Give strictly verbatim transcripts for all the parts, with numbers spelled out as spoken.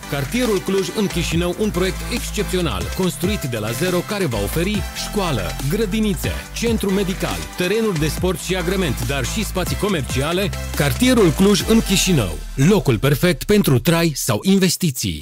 Cartierul Cluj în Chișinău, un proiect excepțional, construit de la zero, care va oferi școală, grădinițe, centru medical, terenuri de sport și agrement, dar și spații comerciale. Cartierul Cluj în Chișinău, locul perfect pentru trai sau investiții.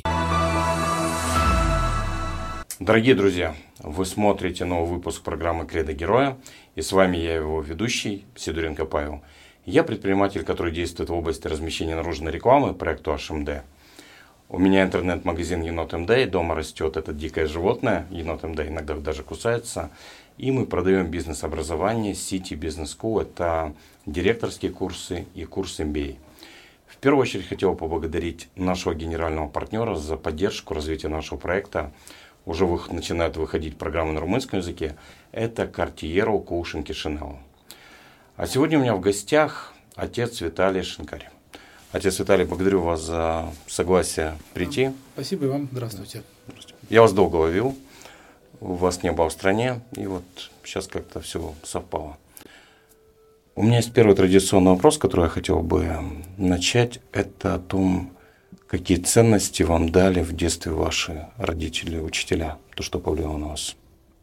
Дорогие друзья, вы смотрите новый выпуск программы «Кредо Героя», и с вами я, его ведущий, Сидоренко Павел. Я предприниматель, который действует в области размещения наружной рекламы проекту эйч эм ди. У меня интернет-магазин Енот эм ди, дома растет это дикое животное, Енот эм ди иногда даже кусается, и мы продаем бизнес-образование, City Business School, это директорские курсы и курс эм би эй. В первую очередь хотел поблагодарить нашего генерального партнера за поддержку развития нашего проекта. Уже вы, начинают выходить программы на румынском языке. Это Cartierul Cluj Chișinău. А сегодня у меня в гостях отец Виталий Шинкарь. Отец Виталий, благодарю вас за согласие прийти. Спасибо и вам. Здравствуйте. Я вас долго ловил. Вас не было в стране. И вот сейчас как-то все совпало. У меня есть первый традиционный вопрос, который я хотел бы начать. Это о том, какие ценности вам дали в детстве ваши родители, учителя, то, что повлияло на вас?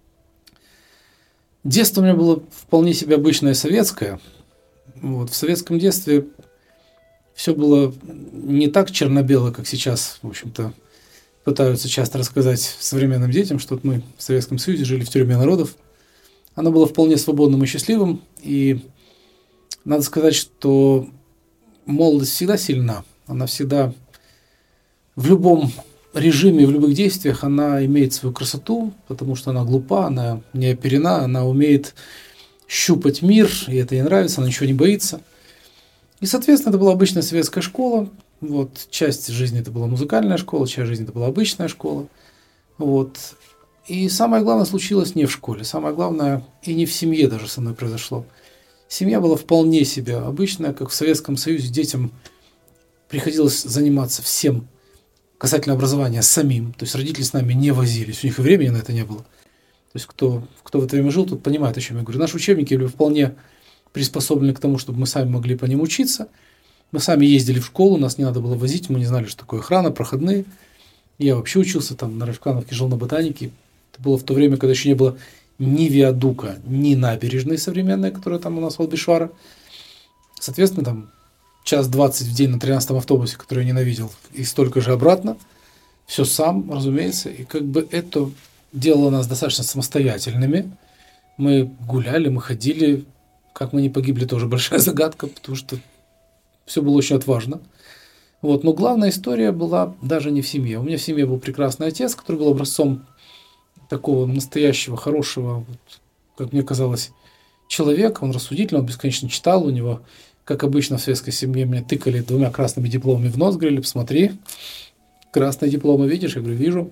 Детство у меня было вполне себе обычное советское. Вот. В советском детстве все было не так черно-бело, как сейчас, в общем-то, пытаются часто рассказать современным детям, что вот мы в Советском Союзе жили в тюрьме народов. Оно было вполне свободным и счастливым, и надо сказать, что молодость всегда сильна, она всегда в любом режиме, в любых действиях она имеет свою красоту, потому что она глупа, она не оперена, она умеет щупать мир, и это ей нравится, она ничего не боится. И, соответственно, это была обычная советская школа. Вот, часть жизни это была музыкальная школа, часть жизни это была обычная школа. Вот. И самое главное случилось не в школе, самое главное и не в семье даже со мной произошло. Семья была вполне себе обычная, как в Советском Союзе детям приходилось заниматься всем касательно образования самим, то есть родители с нами не возились, у них и времени на это не было. То есть кто, кто в это время жил, тот понимает, о чем я говорю. Наши учебники были вполне приспособлены к тому, чтобы мы сами могли по ним учиться. Мы сами ездили в школу, нас не надо было возить, мы не знали, что такое охрана, проходные. Я вообще учился там на Равкановке, жил на ботанике. Это было в то время, когда еще не было ни виадука, ни набережной современной, которая там у нас в Албишвара. Соответственно, там час двадцать в день на тринадцатом автобусе, который я ненавидел, и столько же обратно. Все сам, разумеется. И как бы это делало нас достаточно самостоятельными. Мы гуляли, мы ходили. Как мы не погибли, тоже большая загадка, потому что все было очень отважно. Вот. Но главная история была даже не в семье. У меня в семье был прекрасный отец, который был образцом такого настоящего, хорошего, вот, как мне казалось, человека. Он рассудительный, он бесконечно читал. У него, как обычно в советской семье, меня тыкали двумя красными дипломами в нос, говорили: посмотри, красные дипломы видишь? Я говорю: вижу.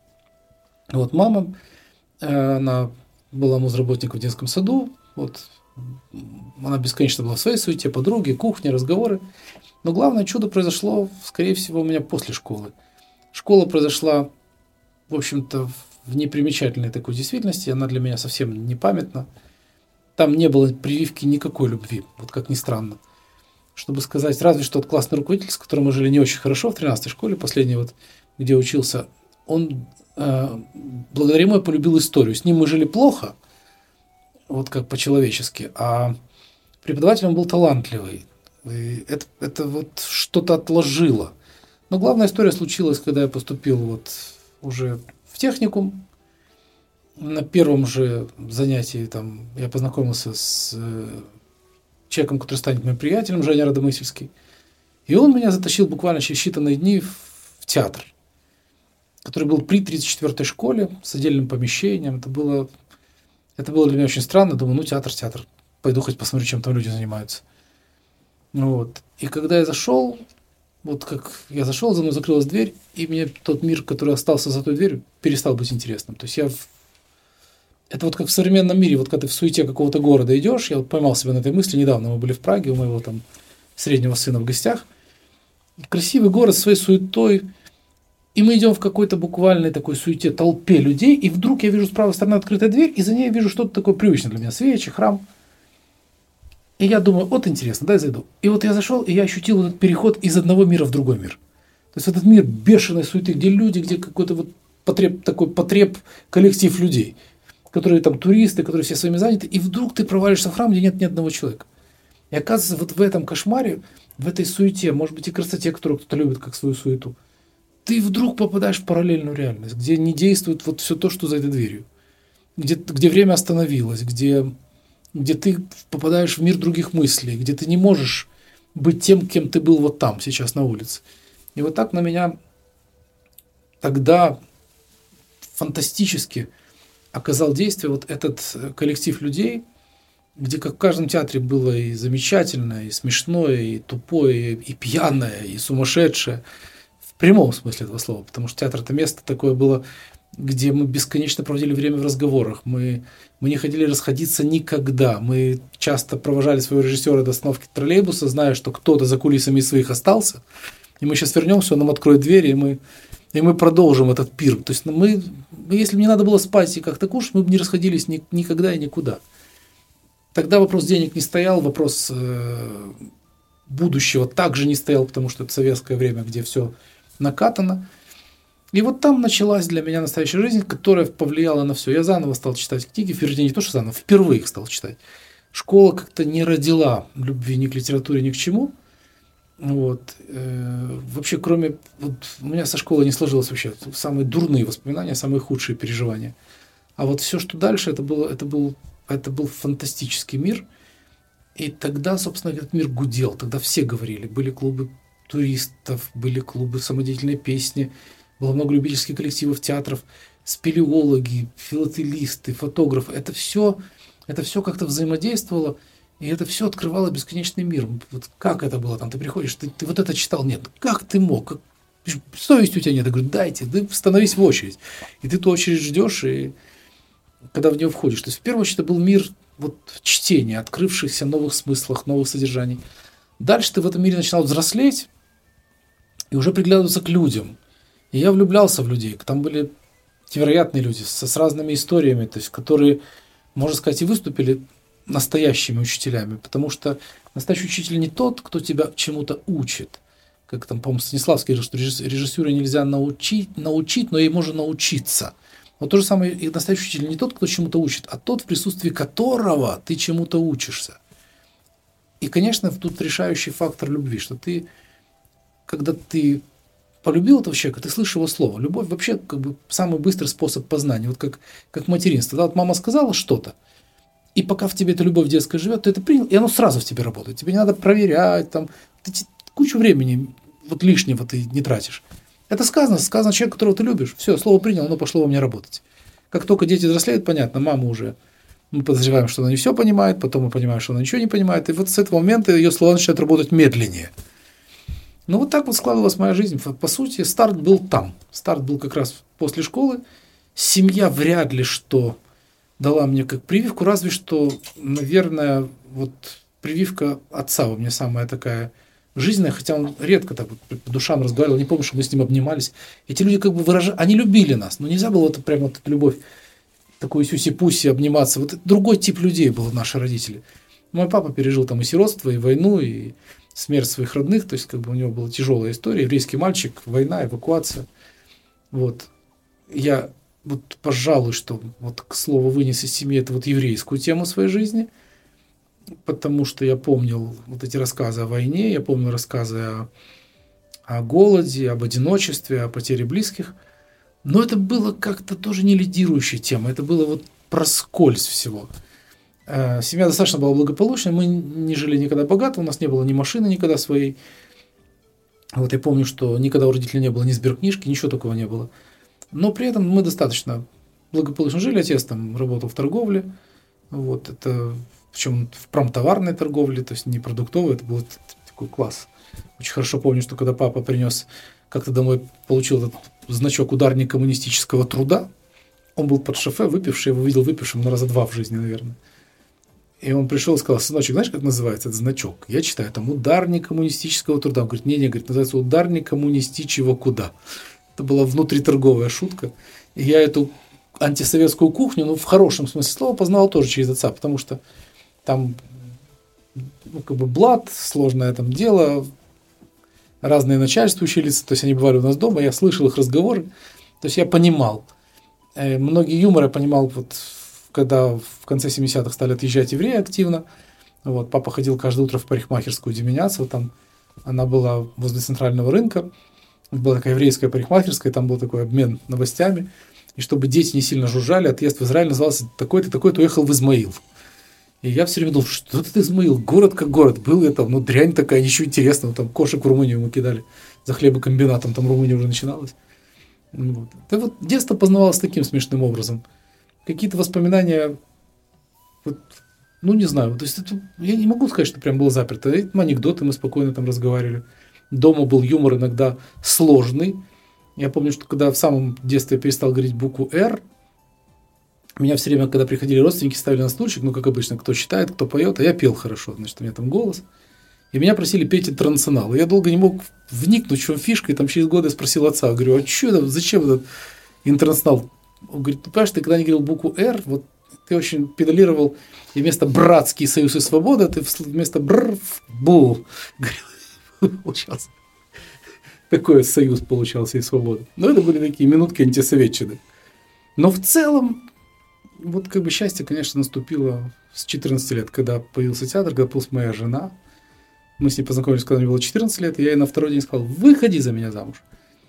Вот мама, она была музработником в детском саду, вот, она бесконечно была в своей суете, подруги, кухня, разговоры. Но главное чудо произошло, скорее всего, у меня после школы. Школа произошла, в общем-то, в непримечательной такой действительности, она для меня совсем не памятна. Там не было прививки никакой любви, вот как ни странно. Чтобы сказать, разве что от классный руководитель, с которым мы жили не очень хорошо в тринадцатой школе, последней вот, где учился, он э, благодаря ему я полюбил историю. С ним мы жили плохо, вот как по-человечески, а преподаватель он был талантливый. И это, это вот что-то отложило. Но главная история случилась, когда я поступил вот уже в техникум. На первом же занятии там я познакомился с человеком, который станет моим приятелем, Женя Радомысльский. И он меня затащил буквально через считанные дни в театр, который был при тридцать четвёртой школе с отдельным помещением. Это было, это было для меня очень странно. Думаю, ну театр, театр. Пойду хоть посмотрю, чем там люди занимаются. Вот. И когда я зашел, вот как я зашел, за мной закрылась дверь, и мне тот мир, который остался за той дверью, перестал быть интересным. То есть я... Это вот как в современном мире, вот когда ты в суете какого-то города идешь, я вот поймал себя на этой мысли, недавно мы были в Праге у моего там среднего сына в гостях. Красивый город с своей суетой, и мы идем в какой-то буквальной такой суете, толпе людей, и вдруг я вижу с правой стороны открытая дверь, и за ней я вижу что-то такое привычное для меня, свечи, храм. И я думаю, вот интересно, дай зайду. И вот я зашел, и я ощутил вот этот переход из одного мира в другой мир. То есть этот мир бешеной суеты, где люди, где какой-то вот потреб, такой потреб коллектив людей, которые там туристы, которые все своими заняты, и вдруг ты провалишься в храм, где нет ни одного человека. И оказывается, вот в этом кошмаре, в этой суете, может быть и красоте, которую кто-то любит как свою суету, ты вдруг попадаешь в параллельную реальность, где не действует вот все то, что за этой дверью, где, где время остановилось, где, где ты попадаешь в мир других мыслей, где ты не можешь быть тем, кем ты был вот там, сейчас на улице. И вот так на меня тогда фантастически оказал действие вот этот коллектив людей, где как в каждом театре было и замечательное, и смешное, и тупое, и пьяное, и сумасшедшее. В прямом смысле этого слова, потому что театр – это место такое было, где мы бесконечно проводили время в разговорах, мы, мы не ходили расходиться никогда, мы часто провожали своего режиссера до остановки троллейбуса, зная, что кто-то за кулисами из своих остался, и мы сейчас вернемся, он нам откроет двери, и мы, и мы продолжим этот пир. То есть мы, если бы не надо было спать и как-то кушать, мы бы не расходились ни, никогда и никуда. Тогда вопрос денег не стоял, вопрос э, будущего также не стоял, потому что это советское время, где все накатано. И вот там началась для меня настоящая жизнь, которая повлияла на все. Я заново стал читать книги, вернее, не то, что заново, впервые их стал читать. Школа как-то не родила любви ни к литературе, ни к чему. Вот. Вообще, кроме... Вот, у меня со школы не сложилось вообще самые дурные воспоминания, самые худшие переживания. А вот все, что дальше, это, было, это, был, это был фантастический мир. И тогда, собственно, этот мир гудел. Тогда все говорили. Были клубы туристов, были клубы самодеятельной песни, было много любительских коллективов, театров, спелеологи, филателисты, фотографы. Это все, это все как-то взаимодействовало, и это все открывало бесконечный мир. Вот как это было там? Ты приходишь, ты, ты вот это читал, нет, как ты мог? Как, совести у тебя нет. Я говорю, дайте, ты становись в очередь. И ты ту очередь ждешь, и когда в нее входишь. То есть в первую очередь это был мир вот, чтения, открывшихся новых смыслах, новых содержаний. Дальше ты в этом мире начинал взрослеть и уже приглядываться к людям. И я влюблялся в людей. Там были невероятные люди с, с разными историями, то есть, которые, можно сказать, и выступили настоящими учителями. Потому что настоящий учитель не тот, кто тебя чему-то учит. Как там, по-моему, Станиславский говорит, что режиссуре нельзя научить, научить, но ей можно научиться. Вот то же самое, и настоящий учитель не тот, кто чему-то учит, а тот, в присутствии которого ты чему-то учишься. И, конечно, тут решающий фактор любви, что ты, когда ты полюбил этого человека, ты слышишь его слово. Любовь вообще как бы самый быстрый способ познания, вот как, как материнство. Да, вот мама сказала что-то, и пока в тебе эта любовь детская живет, ты это принял, и оно сразу в тебе работает. Тебе не надо проверять, там, ты кучу времени вот лишнего ты не тратишь. Это сказано, сказано человек, которого ты любишь. Все, слово принял, оно пошло во мне работать. Как только дети взрослеют, понятно, мама уже, мы подозреваем, что она не все понимает, потом мы понимаем, что она ничего не понимает, и вот с этого момента ее слова начинают работать медленнее. Ну, вот так вот складывалась моя жизнь. По сути, старт был там. Старт был как раз после школы. Семья вряд ли что дала мне как прививку, разве что, наверное, вот прививка отца у меня самая такая жизненная, хотя он редко так вот по душам разговаривал, не помню, что мы с ним обнимались. Эти люди как бы выражали, они любили нас, но нельзя было вот прямо вот эту любовь, такую сюси-пуси обниматься. Вот другой тип людей был наши родители. Мой папа пережил там и сиротство, и войну, и смерть своих родных, то есть как бы у него была тяжелая история, еврейский мальчик, война, эвакуация. Вот. Я вот, пожалуй, что вот к слову вынес из семьи это вот еврейскую тему своей жизни, потому что я помнил вот эти рассказы о войне, я помнил рассказы о, о голоде, об одиночестве, о потере близких, но это было как-то тоже не лидирующая тема, это было вот проскользь всего. Семья достаточно была благополучной, мы не жили никогда богато, у нас не было ни машины никогда своей. Вот я помню, что никогда у родителей не было ни сберкнижки, ничего такого не было. Но при этом мы достаточно благополучно жили, отец там работал в торговле, вот это, причем в промтоварной торговле, то есть не продуктовой, это был такой класс. Очень хорошо помню, что когда папа принес, как-то домой получил этот значок ударник коммунистического труда, он был под шофе, выпивший, я его видел выпившим на раза два в жизни, наверное. И он пришел и сказал: сыночек, знаешь, как называется этот значок? Я читаю, там ударник коммунистического труда. Он говорит, не, не, говорит, называется ударник коммунистичего куда. Это была внутриторговая шутка. И я эту антисоветскую кухню, ну, в хорошем смысле слова, познал тоже через отца, потому что там, ну, как бы блат, сложное там дело, разные начальствующие лица, то есть они бывали у нас дома, я слышал их разговоры, то есть я понимал. Многие юморы я понимал, вот, когда в конце семидесятых стали отъезжать евреи активно. Вот, папа ходил каждое утро в парикмахерскую Деменяцево, там она была возле центрального рынка, была такая еврейская парикмахерская, там был такой обмен новостями, и чтобы дети не сильно жужжали, отъезд в Израиль назывался «такой-то, такой-то уехал в Измаил». И я все время думал, что это Измаил, город как город, был я там, ну дрянь такая, ничего интересного, там кошек в Румынию мы кидали за хлебокомбинатом, там Румыния уже начиналась. Вот. Это вот детство познавалось таким смешным образом. Какие-то воспоминания, вот, ну не знаю, то есть это, я не могу сказать, что прям было заперто. Эти анекдоты мы спокойно там разговаривали. Дома был юмор иногда сложный. Я помню, что когда в самом детстве я перестал говорить букву «Р», меня все время, когда приходили родственники, ставили на стульчик, ну, как обычно, кто читает, кто поет, а я пел хорошо, значит, у меня там голос. И меня просили петь «Интернационал». И я долго не мог вникнуть, в чем фишка, и там через годы я спросил отца, говорю, а что это, зачем этот «Интернационал»? Он говорит, ну, понимаешь, ты когда не говорил букву «Р», вот ты очень педалировал, и вместо «Братский союз и свобода» ты вместо «Бр» «Бу». Получался. Такой союз получался и свобода. Но это были такие минутки антисоветчины. Но в целом, вот как бы счастье, конечно, наступило с четырнадцати лет, когда появился театр, когда появилась моя жена. Мы с ней познакомились, когда мне было четырнадцать лет, и я ей на второй день сказал, выходи за меня замуж.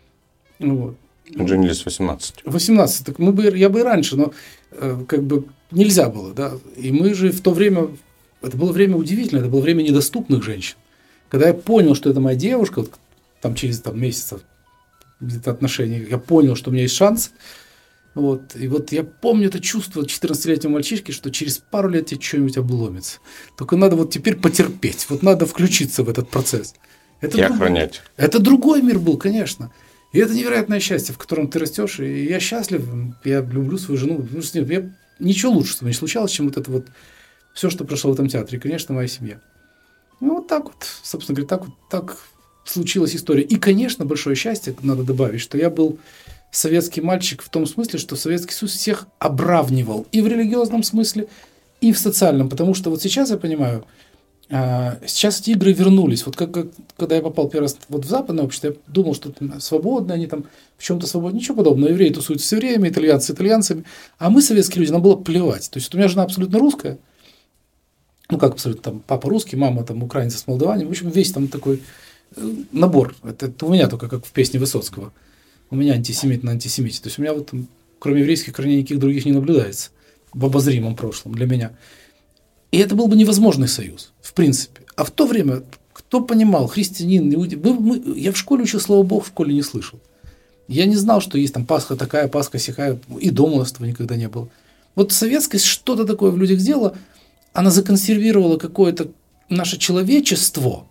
Вот. Женились в восемнадцать. восемнадцать, так мы бы, я бы и раньше, но э, как бы нельзя было, да. И мы же в то время, это было время удивительное, это было время недоступных женщин. Когда я понял, что это моя девушка, вот, там через там, месяцев где-то отношений, я понял, что у меня есть шанс. Вот. И вот я помню это чувство четырнадцатилетнего мальчишки, что через пару лет тебе что-нибудь обломится. Только надо вот теперь потерпеть, вот надо включиться в этот процесс. Это и другой, охранять. Это другой мир был, конечно. И это невероятное счастье, в котором ты растешь. И я счастлив, я люблю свою жену. Я, ничего лучше с не случалось, чем вот это вот все, что прошло в этом театре. И, конечно, моя семья. Ну, вот так вот, собственно говоря, так вот так случилась история. И, конечно, большое счастье, надо добавить, что я был советский мальчик в том смысле, что Советский Союз всех обравнивал и в религиозном смысле, и в социальном. Потому что вот сейчас я понимаю, сейчас эти игры вернулись. Вот как, как когда я попал первый раз вот в западное общество, я думал, что свободны они там, в чем-то свободны. Ничего подобного. Евреи тусуются с евреями, итальянцы с итальянцами. А мы, советские люди, нам было плевать. То есть вот у меня жена абсолютно русская. Ну, как абсолютно, там, папа русский, мама там украинец с молдаванем. В общем, весь там такой набор. Это, это у меня только как в песне Высоцкого. У меня антисемит на антисемите. То есть у меня вот там, кроме еврейских корней, никаких других не наблюдается в обозримом прошлом для меня. И это был бы невозможный союз, в принципе. А в то время, кто понимал, христианин, иудей, мы, мы, я в школе учил, слава Богу, в школе не слышал. Я не знал, что есть там Пасха такая, Пасха сякая, и дома у нас этого никогда не было. Вот советскость что-то такое в людях сделала, она законсервировала какое-то наше человечество.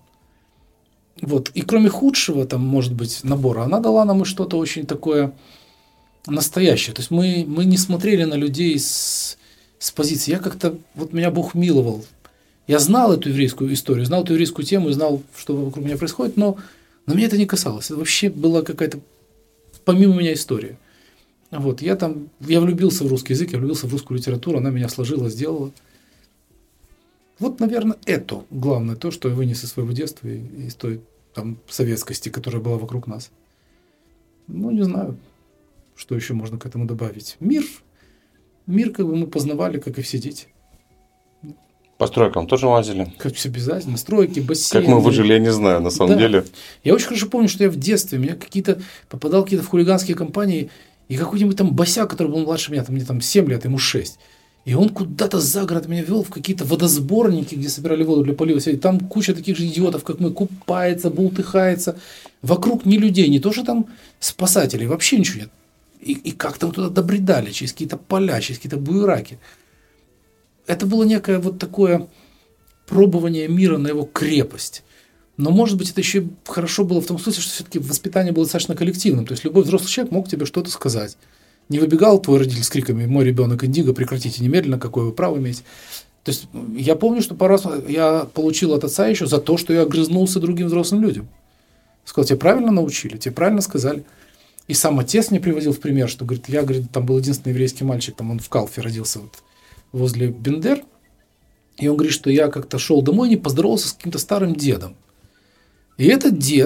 Вот. И кроме худшего, там, может быть, набора, она дала нам и что-то очень такое настоящее. То есть мы, мы не смотрели на людей с, с позиции. Я как-то, вот меня Бог миловал. Я знал эту еврейскую историю, знал эту еврейскую тему, знал, что вокруг меня происходит, но, но меня это не касалось. Это вообще была какая-то помимо меня история. Вот. Я там, я влюбился в русский язык, я влюбился в русскую литературу, она меня сложила, сделала. Вот, наверное, это главное, то, что я вынес из своего детства и из той там, советскости, которая была вокруг нас. Ну, не знаю, что еще можно к этому добавить. Мир, мир как бы мы познавали, как и все дети. По стройкам тоже лазили? Как все обязательно. Стройки, бассейны. Как мы выжили, я не знаю, на самом да. деле. Я очень хорошо помню, что я в детстве, меня какие-то, попадал в какие-то в хулиганские компании, и какой-нибудь там босяк, который был младше меня, там, мне там семь лет, ему шесть. И он куда-то за город меня вел в какие-то водосборники, где собирали воду для полива. И там куча таких же идиотов, как мы, купается, бултыхается. Вокруг ни людей, не то, что там спасателей, вообще ничего нет. И, и как-то мы туда добредали, через какие-то поля, через какие-то буераки. Это было некое вот такое пробование мира на его крепость. Но, может быть, это еще и хорошо было в том смысле, что все-таки воспитание было достаточно коллективным. То есть любой взрослый человек мог тебе что-то сказать. Не выбегал твой родитель с криками «Мой ребенок индиго, прекратите немедленно, какое вы право имеете». То есть я помню, что пару раз я получил от отца еще за то, что я огрызнулся другим взрослым людям. Сказал, тебя правильно научили, тебе правильно сказали. И сам отец мне приводил в пример, что, говорит, я, говорит, там был единственный еврейский мальчик, там он в Калфе родился вот, возле Бендер. И он говорит, что я как-то шел домой и не поздоровался с каким-то старым дедом. И этот дед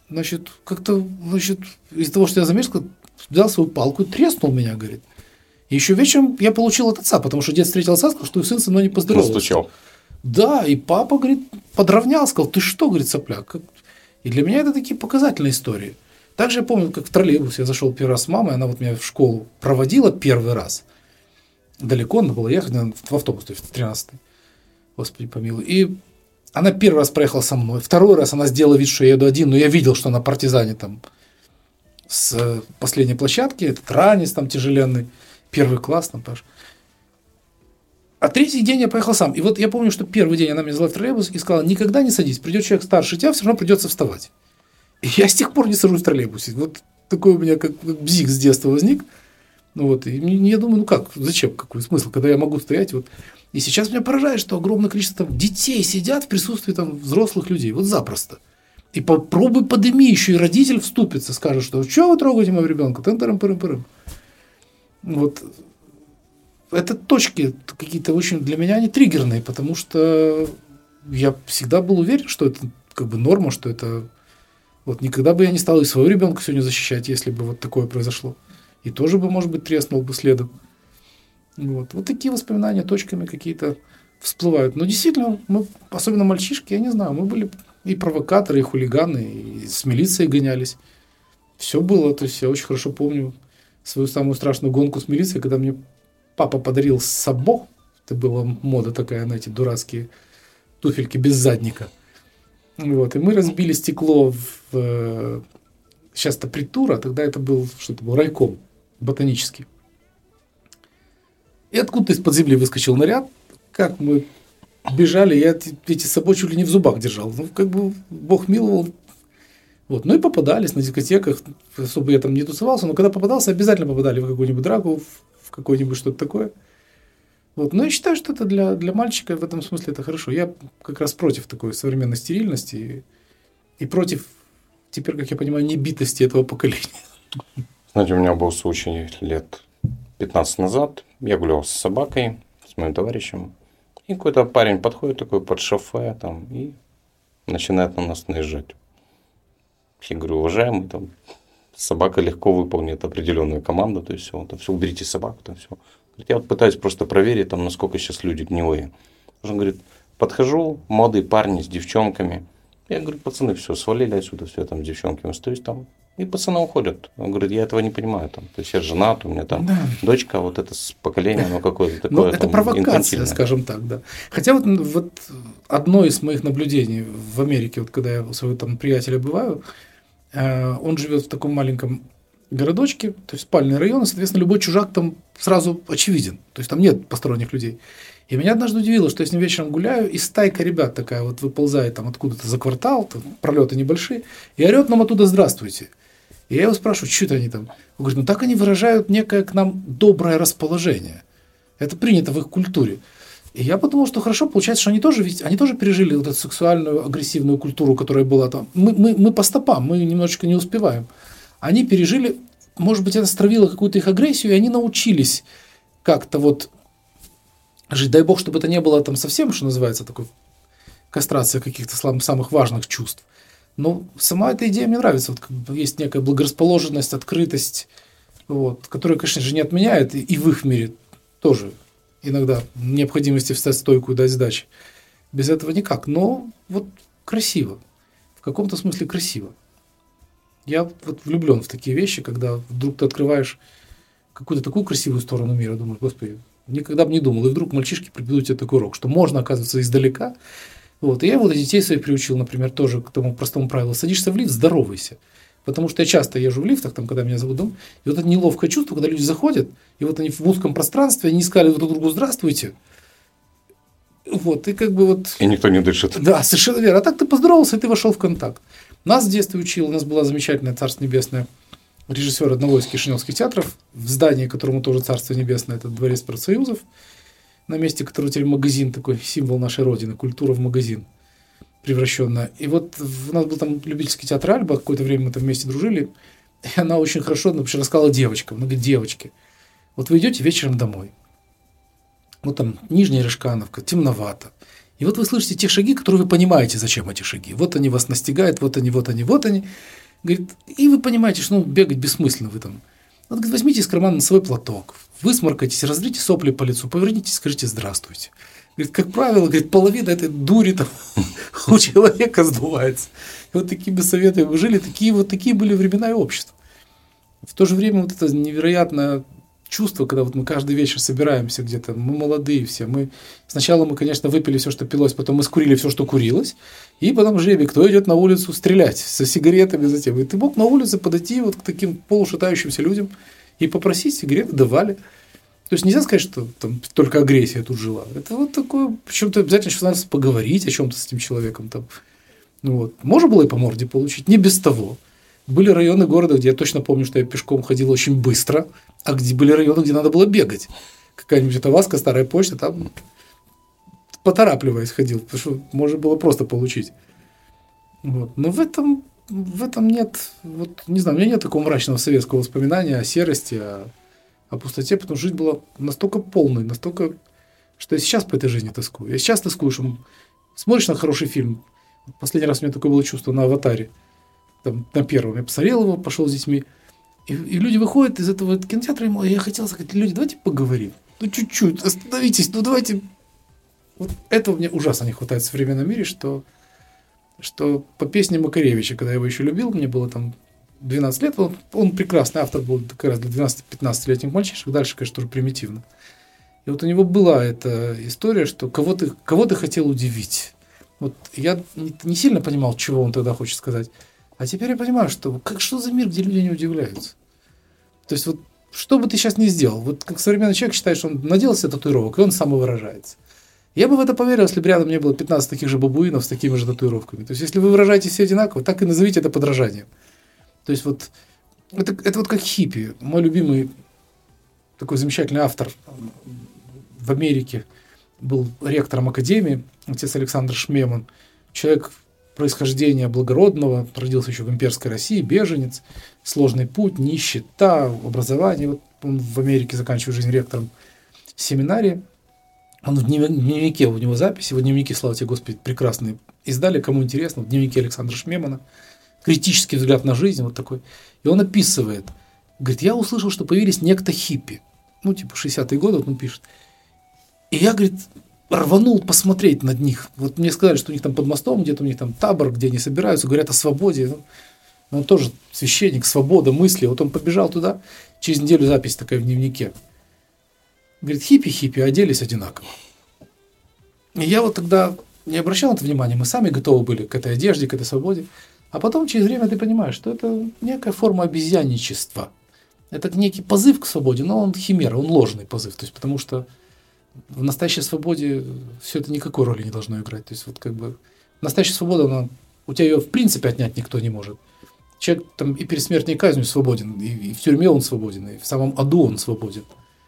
значит, как-то, значит, из-за того, что я замешкал, взял свою палку и треснул меня, говорит. И еще вечером я получил от отца, потому что дед встретил отца, сказал, что сын со мной не поздоровался. Настучал. Да, и папа, говорит, подровнял, сказал, ты что, говорит, сопляк. И для меня это такие показательные истории. Также я помню, как в троллейбус я зашел первый раз с мамой, она вот меня в школу проводила первый раз. Далеко надо было ехать, в автобус, то есть в тринадцатый. Господи помилуй. И она первый раз проехала со мной. Второй раз она сделала вид, что я еду один, но я видел, что она партизане там с последней площадки, этот ранец там тяжеленный, первый класс там, Паш. А третий день я поехал сам. И вот я помню, что первый день она меня взяла в троллейбус и сказала, никогда не садись, придет человек старше тебя, все равно придется вставать. И я с тех пор не сажусь в троллейбусе. Вот такой у меня как бзик с детства возник. Ну вот, и я думаю, ну как, зачем, какой смысл, когда я могу стоять. Вот. И сейчас меня поражает, что огромное количество там, детей сидят в присутствии там, взрослых людей, вот запросто. И попробуй подыми, еще и родитель вступится, скажет, что что вы трогаете моего ребенка, тын-тырым-пырым-пырым. Вот. Это точки какие-то очень для меня они триггерные, потому что я всегда был уверен, что это как бы норма, что это вот никогда бы я не стал и своего ребенка сегодня защищать, если бы вот такое произошло. И тоже бы, может быть, треснул бы следом. Вот, вот такие воспоминания точками какие-то всплывают. Но действительно, мы, особенно мальчишки, я не знаю, мы были и провокаторы, и хулиганы, и с милицией гонялись. Все было, то есть я очень хорошо помню свою самую страшную гонку с милицией, когда мне папа подарил сабо, это была мода такая на эти дурацкие туфельки без задника. Вот, и мы разбили стекло в... Сейчас это притура, тогда это был, что это был, райком ботанический. И откуда-то из-под земли выскочил наряд, как мы бежали, я эти собой чуть ли не в зубах держал. Ну, как бы Бог миловал. Вот. Ну и попадались на дискотеках, особо я там не тусовался, но когда попадался, обязательно попадали в какую-нибудь драку, в какое-нибудь что-то такое. Вот. Но я считаю, что это для, для мальчика в этом смысле это хорошо. Я как раз против такой современной стерильности и, и против, теперь, как я понимаю, небитости этого поколения. Знаете, у меня был случай лет пятнадцать назад. Я гулял с собакой, с моим товарищем. И какой-то парень подходит такой под шофе там, и начинает на нас наезжать. Я говорю, уважаемый, там, собака легко выполнит определенную команду, то есть все, там, все, уберите собаку, там все. Говорит, я вот пытаюсь просто проверить, там, насколько сейчас люди гнилые. Он говорит, подхожу, молодые парни с девчонками. Я говорю, пацаны, все, свалили отсюда, все, там, с девчонками остаюсь там. И пацаны уходят. Он говорит, я этого не понимаю. Там. То есть я женат, у меня там да. дочка, вот это поколение, оно какое-то такое. Ну, это провокация, скажем так, да. Хотя вот, вот одно из моих наблюдений в Америке, вот когда я у своего там приятеля бываю, э, он живет в таком маленьком городочке, то есть спальный район, и, соответственно, любой чужак там сразу очевиден. То есть там нет посторонних людей. И меня однажды удивило, что я с ним вечером гуляю, и стайка ребят такая вот выползает там откуда-то за квартал, там, пролеты небольшие, и орет нам оттуда «Здравствуйте». И я его спрашиваю, что это они там? Он говорит, ну так они выражают некое к нам доброе расположение. Это принято в их культуре. И я подумал, что хорошо, получается, что они тоже, ведь, они тоже пережили вот эту сексуальную, агрессивную культуру, которая была там. Мы, мы, мы по стопам, мы немножечко не успеваем. Они пережили, может быть, это стравило какую-то их агрессию, и они научились как-то вот жить. Дай бог, чтобы это не было там совсем, что называется, такой кастрация каких-то самых важных чувств. Но сама эта идея мне нравится. Вот, как бы есть некая благорасположенность, открытость, вот, которая, конечно же, не отменяет, и, и в их мире тоже иногда необходимости встать стойку и дать сдачи. Без этого никак. Но вот красиво. В каком-то смысле красиво. Я вот влюблен в такие вещи, когда вдруг ты открываешь какую-то такую красивую сторону мира, думаешь, господи, никогда бы не думал. И вдруг мальчишки преподают тебе такой урок, что можно, оказывается, издалека. Вот. И я вот детей своих приучил, например, тоже к тому простому правилу. Садишься в лифт, здоровайся. Потому что я часто езжу в лифтах, там, когда меня зовут дом, и вот это неловкое чувство, когда люди заходят, и вот они в узком пространстве, они сказали друг другу «здравствуйте». Вот, и как бы вот... И никто не дышит. Да, совершенно верно. А так ты поздоровался, и ты вошел в контакт. Нас в детстве учил, у нас была замечательная, Царство Небесное, режиссер одного из кишиневских театров, в здании, которому тоже Царство Небесное, это Дворец профсоюзов, на месте которого теперь магазин, такой символ нашей Родины, культура в магазин превращенная. И вот у нас был там любительский театр Альба, какое-то время мы там вместе дружили, и она очень хорошо вообще рассказала девочкам. Она говорит, девочки, вот вы идете вечером домой, вот там Нижняя Рыжкановка, темновато, и вот вы слышите те шаги, которые вы понимаете, зачем эти шаги. Вот они вас настигают, вот они, вот они, вот они. Говорит, и вы понимаете, что ну, бегать бессмысленно вы там. Вот, говорит, возьмите из кармана носовой платок, высморкайтесь, разрите сопли по лицу, повернитесь, скажите здравствуйте. Говорит, как правило, говорит, половина этой дури там у человека сдувается. И вот такими советами мы жили, такие вот такие были времена и общества. В то же время вот это невероятное чувство, когда вот мы каждый вечер собираемся где-то, мы молодые все, мы сначала мы, конечно, выпили все, что пилось, потом мы скурили все, что курилось, и потом жребий, кто идет на улицу стрелять со сигаретами затем. И ты мог на улице подойти вот к таким полушатающимся людям и попросить сигареты, давали. То есть нельзя сказать, что там только агрессия тут жила. Это вот такое, причем ты обязательно еще надо поговорить о чем-то с этим человеком. Там. Вот. Можно было и по морде получить, не без того. Были районы города, где я точно помню, что я пешком ходил очень быстро, а где были районы, где надо было бегать. Какая-нибудь Атаваска, Старая почта, там поторапливаясь ходил, потому что можно было просто получить. Вот. Но в этом, в этом нет, вот, не знаю, у меня нет такого мрачного советского воспоминания о серости, о, о пустоте, потому что жизнь была настолько полной, настолько, что я сейчас по этой жизни тоскую. Я сейчас тоскую, что смотришь на хороший фильм. Последний раз у меня такое было чувство на «Аватаре». Там, на первом я посмотрел его, пошел с детьми, и, и люди выходят из этого кинотеатра, и я хотел сказать, люди, давайте поговорим, ну чуть-чуть, остановитесь, ну давайте. Вот этого мне ужасно не хватает в современном мире, что, что по песне Макаревича, когда я его еще любил, мне было там двенадцать лет, он, он прекрасный автор был как раз для двенадцати-пятнадцатилетних мальчишек, дальше, конечно, тоже примитивно. И вот у него была эта история, что кого ты, кого ты хотел удивить. Вот я не, не сильно понимал, чего он тогда хочет сказать. А теперь я понимаю, что как, что за мир, где люди не удивляются. То есть вот что бы ты сейчас ни сделал, вот как современный человек считает, что он надел себе татуировок, и он самовыражается. Я бы в это поверил, если бы рядом не было пятнадцать таких же бабуинов с такими же татуировками. То есть если вы выражаете все одинаково, так и назовите это подражанием. То есть вот это, это вот как хиппи. Мой любимый такой замечательный автор в Америке был ректором академии, отец Александр Шмеман, человек происхождения благородного, родился еще в имперской России, беженец, сложный путь, нищета, образование. Вот он в Америке заканчивает жизнь ректором семинарии. Он в дневнике, у него записи, в дневнике, слава тебе, Господи, прекрасные издали, кому интересно, в дневнике Александра Шмемана, критический взгляд на жизнь, вот такой. И он описывает, говорит, я услышал, что появились некто хиппи, ну, типа шестидесятые годы, вот он пишет. И я, говорит, рванул посмотреть над них. Вот мне сказали, что у них там под мостом, где-то у них там табор, где они собираются, говорят о свободе. Он тоже священник, свобода, мысли. Вот он побежал туда, через неделю запись такая в дневнике. Говорит, хиппи-хиппи оделись одинаково. И я вот тогда не обращал на это внимания, мы сами готовы были к этой одежде, к этой свободе. А потом через время ты понимаешь, что это некая форма обезьянничества. Это некий позыв к свободе, но он химера, он ложный позыв. То есть потому что в настоящей свободе все это никакой роли не должно играть. То есть вот как бы настоящая свобода, она, у тебя ее в принципе отнять никто не может. Человек там и перед смертной казнью свободен, и, и в тюрьме он свободен, и в самом аду он свободен.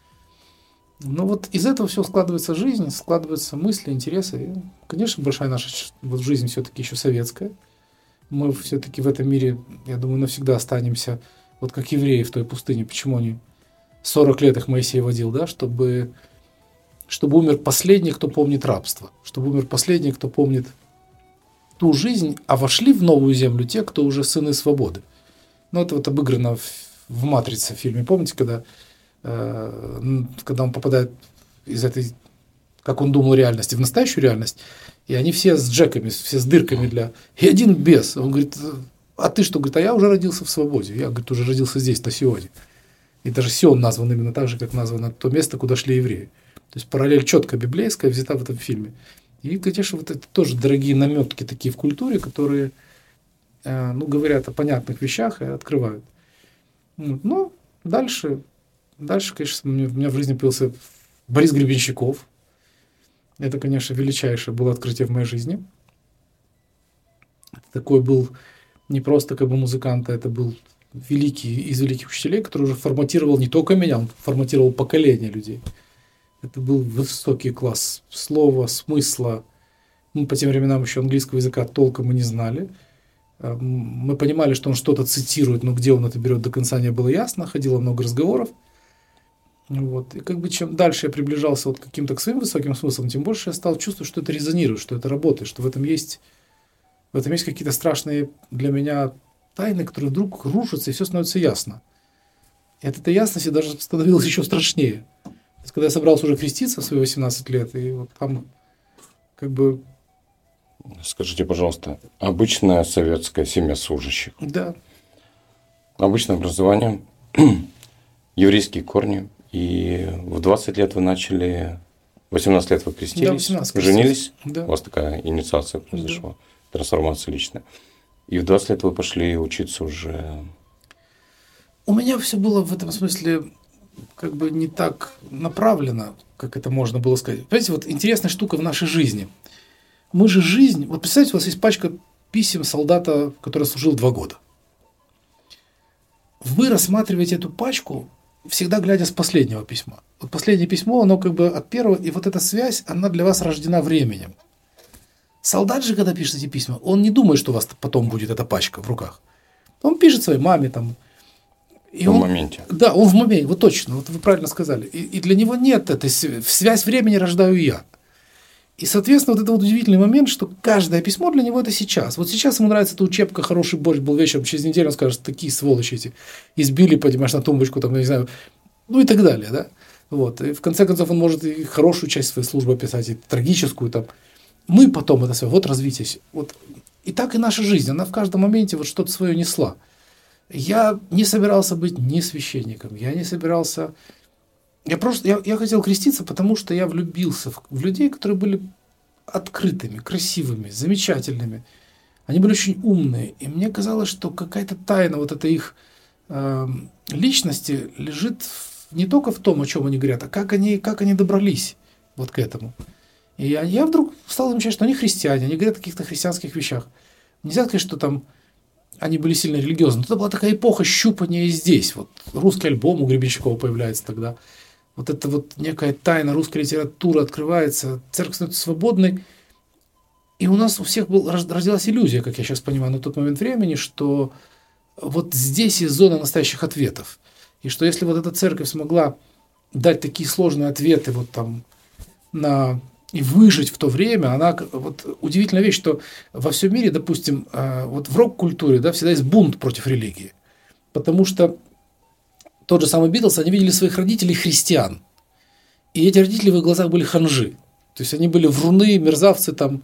Но вот из этого все складывается жизнь, складываются мысли, интересы. И, конечно, большая наша вот жизнь все-таки еще советская. Мы все-таки в этом мире, я думаю, навсегда останемся вот как евреи в той пустыне. Почему они сорок лет их Моисей водил, да, чтобы... чтобы умер последний, кто помнит рабство, чтобы умер последний, кто помнит ту жизнь, а вошли в новую землю те, кто уже сыны свободы. Ну, это вот обыграно в, в «Матрице» в фильме. Помните, когда, э, когда он попадает из этой, как он думал, реальности в настоящую реальность, и они все с джеками, все с дырками для... И один без. Он говорит, а ты что? Говорит, а я уже родился в свободе. Я, говорит, уже родился здесь, на Сионе. И даже Сион назван именно так же, как названо то место, куда шли евреи. То есть параллель четко библейская взята в этом фильме. И, конечно, вот это тоже дорогие наметки такие в культуре, которые, э, ну, говорят о понятных вещах и открывают. Вот. Но дальше, дальше, конечно, у меня в жизни появился Борис Гребенщиков. Это, конечно, величайшее было открытие в моей жизни. Такой был не просто как бы музыкант, а это был великий из великих учителей, который уже форматировал не только меня, он форматировал поколение людей. Это был высокий класс слова, смысла. Мы по тем временам еще английского языка толком мы не знали. Мы понимали, что он что-то цитирует, но где он это берет, до конца не было ясно. Ходило много разговоров. Вот. И как бы чем дальше я приближался вот к каким-то к своим высоким смыслам, тем больше я стал чувствовать, что это резонирует, что это работает, что в этом есть, в этом есть какие-то страшные для меня тайны, которые вдруг рушатся, и все становится ясно. И от этой ясности даже становилось еще страшнее. То есть, когда я собрался уже креститься в свои восемнадцать лет, и вот там как бы... Скажите, пожалуйста, обычная советская семья служащих. Да. Обычное образование, еврейские корни. И в двадцать лет вы начали, восемнадцать лет вы крестились, да, восемнадцать, женились, да. У вас такая инициация произошла, да. Трансформация личная. И в двадцать лет вы пошли учиться уже... У меня все было в этом смысле как бы не так направлено, как это можно было сказать. Понимаете, вот интересная штука в нашей жизни. Мы же жизнь... Вот представьте, у вас есть пачка писем солдата, который служил два года. Вы рассматриваете эту пачку, всегда глядя с последнего письма. Вот последнее письмо, оно как бы от первого, и вот эта связь, она для вас рождена временем. Солдат же, когда пишет эти письма, он не думает, что у вас потом будет эта пачка в руках. Он пишет своей маме там. И в он, моменте. Да, он в моменте, вот точно, вот вы правильно сказали. И, и для него нет этой связь времени рождаю я. И, соответственно, вот это вот удивительный момент, что каждое письмо для него это сейчас. Вот сейчас ему нравится эта учебка, хороший борщ был вечером, через неделю он скажет, такие сволочи эти, избили, понимаешь, на тумбочку, там, я не знаю, ну и так далее, да. Вот. И в конце концов он может и хорошую часть своей службы описать, и трагическую там. Мы потом это все, вот развитие. Вот. И так и наша жизнь, она в каждом моменте вот что-то свое несла. Я не собирался быть ни священником, я не собирался... Я просто я, я хотел креститься, потому что я влюбился в, в людей, которые были открытыми, красивыми, замечательными. Они были очень умные. И мне казалось, что какая-то тайна вот этой их э, личности лежит в, не только в том, о чем они говорят, а как они, как они добрались вот к этому. И я, я вдруг стал замечать, что они христиане, они говорят о каких-то христианских вещах. Нельзя сказать, что там они были сильно религиозны. Это была такая эпоха щупания и здесь. Вот русский альбом у Гребенщикова появляется тогда. Вот это вот некая тайна русской литературы открывается, церковь становится свободной. И у нас у всех был, родилась иллюзия, как я сейчас понимаю, на тот момент времени, что вот здесь есть зона настоящих ответов. И что если вот эта церковь смогла дать такие сложные ответы вот там на... и выжить в то время, она... Вот удивительная вещь, что во всем мире, допустим, вот в рок-культуре, да, всегда есть бунт против религии. Потому что тот же самый Битлз, они видели своих родителей христиан. И эти родители в их глазах были ханжи. То есть они были вруны, мерзавцы там.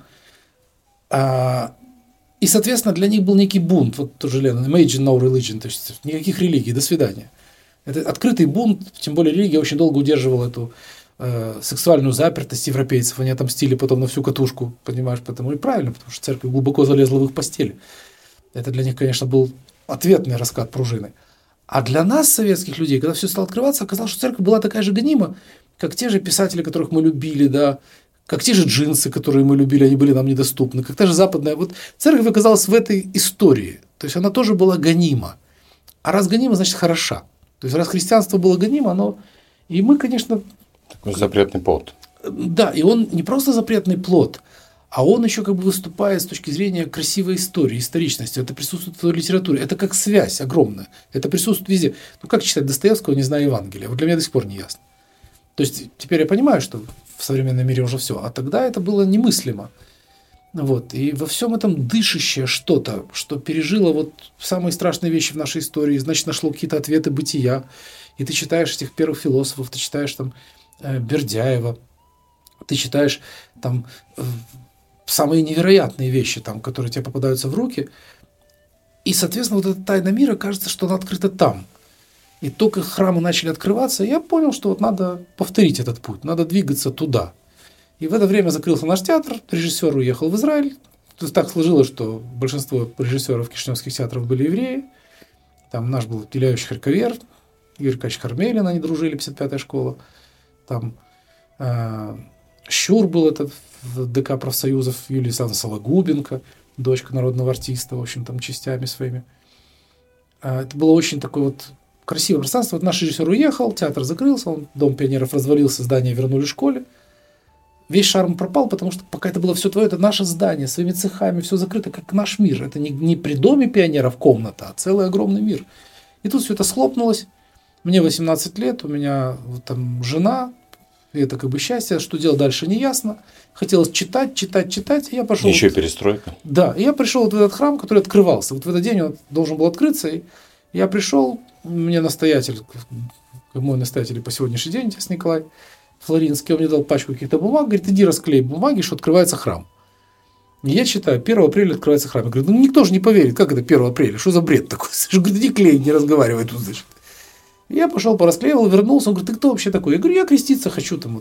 А, и, соответственно, для них был некий бунт. Вот тоже Леннон, Imagine no religion. То есть никаких религий, до свидания. Это открытый бунт, тем более религия очень долго удерживала эту э, сексуальную запертость европейцев. Они отомстили потом на всю катушку, понимаешь, потому и правильно, потому что церковь глубоко залезла в их постели. Это для них, конечно, был ответный раскат пружины. А для нас, советских людей, когда все стало открываться, оказалось, что церковь была такая же гонима, как те же писатели, которых мы любили, да, как те же джинсы, которые мы любили, они были нам недоступны, как та же западная. Вот церковь оказалась в этой истории. То есть она тоже была гонима. А раз гонима, значит хороша. То есть раз христианство было гонимо, оно... И мы, конечно... Такой запретный плод. Да, и он не просто запретный плод, а он еще как бы выступает с точки зрения красивой истории, историчности. Это присутствует в литературе. Это как связь огромная. Это присутствует везде. Ну, как читать Достоевского, не зная Евангелия? Вот для меня до сих пор не ясно. То есть, теперь я понимаю, что в современном мире уже все. А тогда это было немыслимо. Вот. И во всем этом дышащее что-то, что пережило вот самые страшные вещи в нашей истории, значит, нашло какие-то ответы бытия. И ты читаешь этих первых философов, ты читаешь там Бердяева, ты читаешь там самые невероятные вещи, там, которые тебе попадаются в руки. И, соответственно, вот эта тайна мира, кажется, что она открыта там. И только храмы начали открываться, я понял, что вот надо повторить этот путь, надо двигаться туда. И в это время закрылся наш театр, режиссер уехал в Израиль. То есть так сложилось, что большинство режиссеров кишиневских театров были евреи. Там наш был Иляевич Харьковер, Игорь Аркадьевич Хармелин, они дружили, пятьдесят пятая школа. Там э, Щур был этот в ДК профсоюзов, Юлия Александровна Сологубенко, дочка народного артиста, в общем, там частями своими. Э, это было очень такое вот красивое пространство. Вот наш режиссер уехал, театр закрылся, он, Дом пионеров развалился, здание вернули школе. Весь шарм пропал, потому что пока это было все твое, это наше здание, своими цехами, все закрыто, как наш мир. Это не, не при доме пионеров комната, а целый огромный мир. И тут все это схлопнулось. Мне восемнадцать лет, у меня вот там жена, И это как бы счастье. Что делать дальше, не ясно. Хотелось читать, читать, читать. И я пошел. Еще вот, перестройка. Да. И я пришел вот в этот храм, который открывался. Вот в этот день он должен был открыться. И я пришел, мне настоятель, мой настоятель по сегодняшний день, отец Николай Флоринский, он мне дал пачку каких-то бумаг, говорит, иди расклей бумаги, что открывается храм. И я читаю, первого апреля открывается храм. Я говорю, ну никто же не поверит, как это первого апреля, что за бред такой? Я говорю, иди клей, не разговаривай тут, значит. Я пошел, порасклеивал, вернулся, он говорит, ты кто вообще такой? Я говорю, я креститься хочу, там вот,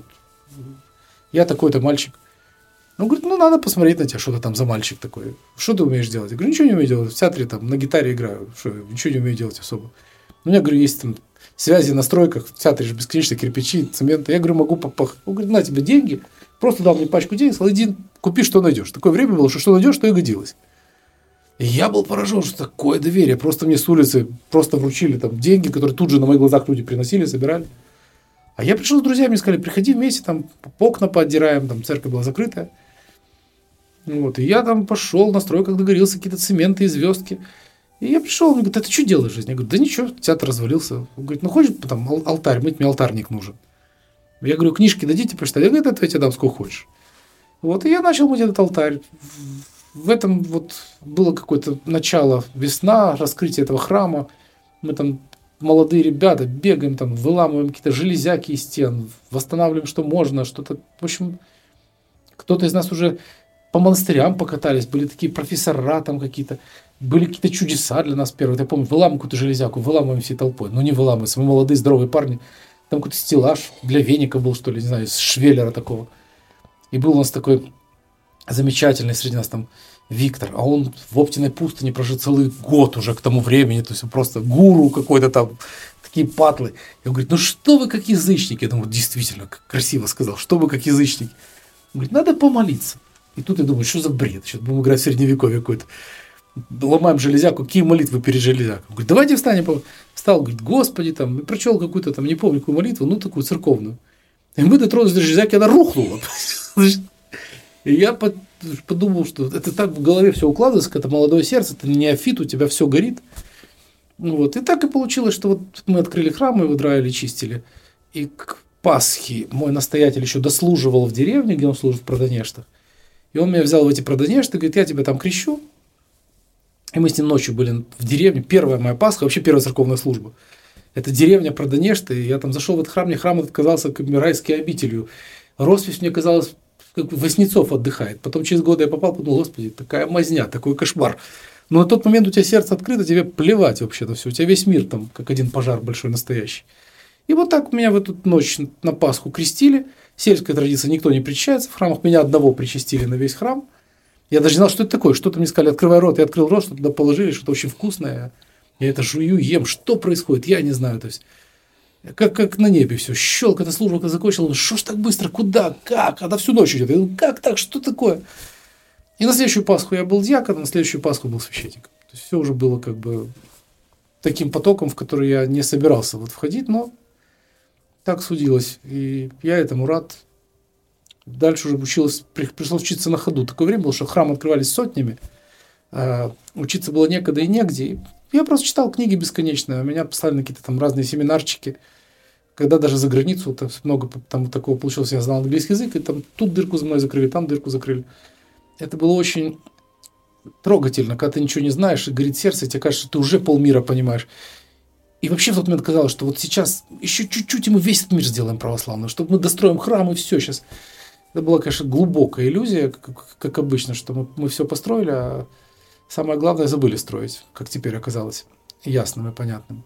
я такой-то мальчик. Он говорит, ну надо посмотреть на тебя, что ты там за мальчик такой, что ты умеешь делать? Я говорю, ничего не умею делать, в театре там на гитаре играю, что, ничего не умею делать особо. У меня, говорю, есть там связи на стройках, в театре же бесконечно кирпичи, цемент. Я говорю, могу попах. Он говорит, на тебе деньги, просто дал мне пачку денег, сказал, иди купи, что найдешь. Такое время было, что что найдешь, то и годилось. И я был поражен, что такое доверие. Просто мне с улицы просто вручили там деньги, которые тут же на моих глазах люди приносили, собирали. А я пришел с друзьями и сказали, приходи вместе, там окна поотдираем, там церковь была закрытая. Вот, и я там пошел на стройках, договорился, какие-то цементы и звездки. И я пришел, он говорит, а ты что делаешь в жизни? Я говорю, да ничего, театр развалился. Он говорит, ну хочешь там алтарь мыть, мне алтарник нужен. Я говорю, книжки дадите почитать? Я говорю, это я тебе дам сколько хочешь. Вот, и я начал мыть этот алтарь. В этом вот было какое-то начало, весна, раскрытие этого храма. Мы там, молодые ребята, бегаем, там, выламываем какие-то железяки из стен, восстанавливаем, что можно, что-то. В общем, кто-то из нас уже по монастырям покатались, были такие профессора там какие-то, были какие-то чудеса для нас первые. Я помню, выламываем какую-то железяку, выламываем всей толпой. Ну, не выламываем, мы молодые, здоровые парни. Там какой-то стеллаж для веника был, что ли, не знаю, из швеллера такого. И был у нас такой замечательный среди нас там Виктор, а он в Оптиной пустыне прожил целый год уже к тому времени, то есть он просто гуру какой-то там, такие патлы. И он говорит, ну что вы как язычники? Я думаю, действительно, как красиво сказал, что вы как язычники? Он говорит, надо помолиться. И тут я думаю, что за бред? Сейчас будем играть в средневековье какой-то. Ломаем железяку, какие молитвы перед железякой? Он говорит, давайте встанем. Встал, говорит, Господи, там, и прочел какую-то там, не помню, какую молитву, ну такую церковную. И мы дотронулись до железяки, она рухнула. И я подумал, что это так в голове все укладывается, как это молодое сердце, это неофит, у тебя все горит. Вот. И так и получилось, что вот мы открыли храм, мы его драили, чистили. И к Пасхе мой настоятель еще дослуживал в деревне, где он служит в Продонештах. И он меня взял в эти Продонешты, говорит, я тебя там крещу. И мы с ним ночью были в деревне. Первая моя Пасха, вообще первая церковная служба. Это деревня Продонешты. И я там зашел в этот храм, мне храм этот казался как райской обителью. Роспись мне казалась, как Васнецов отдыхает. Потом через годы я попал, подумал, Господи, такая мазня, такой кошмар. Но на тот момент у тебя сердце открыто, тебе плевать вообще-то все. У тебя весь мир там, как один пожар большой настоящий. И вот так меня в эту ночь на Пасху крестили. Сельская традиция, никто не причащается в храмах. Меня одного причастили на весь храм. Я даже не знал, что это такое. Что-то мне сказали, открывай рот. Я открыл рот, что туда положили, что-то очень вкусное. Я это жую, ем. Что происходит? Я не знаю. То есть, как, как на небе все. Щелк, эта служба как закончила. Что ж так быстро? Куда? Как? Она всю ночь идет. Я думаю, как так? Что такое? И на следующую Пасху я был дьяконом, на следующую Пасху был священником. То есть, все уже было как бы таким потоком, в который я не собирался вот входить, но так судилось. И я этому рад. Дальше уже училась, пришлось учиться на ходу. Такое время было, что храмы открывались сотнями, а учиться было некогда и негде. И я просто читал книги бесконечно, меня послали на какие-то там разные семинарчики. Когда даже за границу, там много там такого получилось, я знал английский язык, и там тут дырку за мной закрыли, там дырку закрыли. Это было очень трогательно, когда ты ничего не знаешь, и горит сердце, и тебе кажется, что ты уже полмира понимаешь. И вообще в тот момент казалось, что вот сейчас еще чуть-чуть, и мы весь этот мир сделаем православным, чтобы мы достроим храм, и все сейчас. Это была, конечно, глубокая иллюзия, как, как обычно, что мы, мы все построили, а самое главное забыли строить, как теперь оказалось ясным и понятным.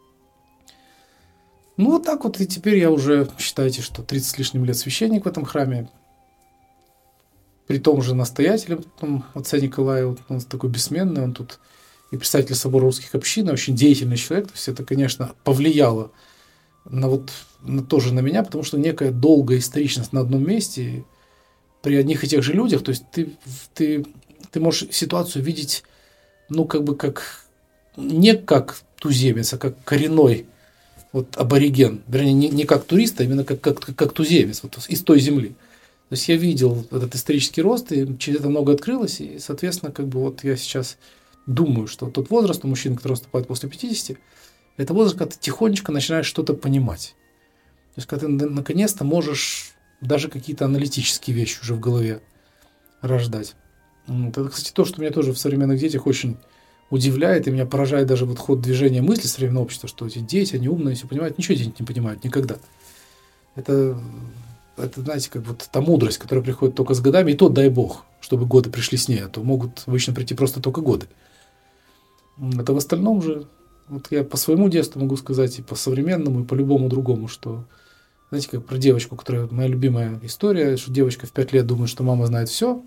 Ну, вот так вот, и теперь я уже, считайте, что тридцать с лишним лет священник в этом храме, при том же настоятелем, там, отца Николая, он такой бессменный, он тут и представитель собора русских общин, очень деятельный человек, то есть это, конечно, повлияло на вот на, тоже на меня, потому что некая долгая историчность на одном месте при одних и тех же людях, то есть ты, ты, ты можешь ситуацию видеть, ну, как бы как, не как туземец, а как коренной вот, абориген, вернее, не, не как турист, а именно как, как, как туземец вот, из той земли. То есть я видел этот исторический рост, и через это много открылось, и, соответственно, как бы вот я сейчас думаю, что тот возраст у мужчин, который наступает после пятидесяти, это возраст, когда ты тихонечко начинаешь что-то понимать. есть, когда ты наконец-то можешь даже какие-то аналитические вещи уже в голове рождать. Это, кстати, то, что меня тоже в современных детях очень удивляет, и меня поражает даже вот ход движения мысли современного общества, что эти дети, они умные, все понимают, ничего дети не понимают никогда. Это, это, знаете, как вот та мудрость, которая приходит только с годами, и то дай бог, чтобы годы пришли с ней, а то могут обычно прийти просто только годы. Это в остальном же, вот я по своему детству могу сказать, и по современному, и по любому другому, что, знаете, как про девочку, которая моя любимая история, что девочка в пять лет думает, что мама знает все,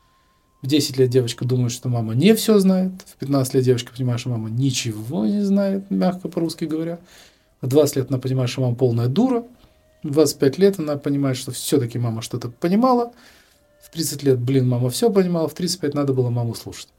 в десять лет девочка думает, что мама не все знает, в пятнадцать лет девочка понимает, что мама ничего не знает, мягко по-русски говоря, в двадцать лет она понимает, что мама полная дура, в двадцать пять лет она понимает, что все-таки мама что-то понимала, в тридцать лет, блин, мама все понимала, в тридцать пять надо было маму слушать.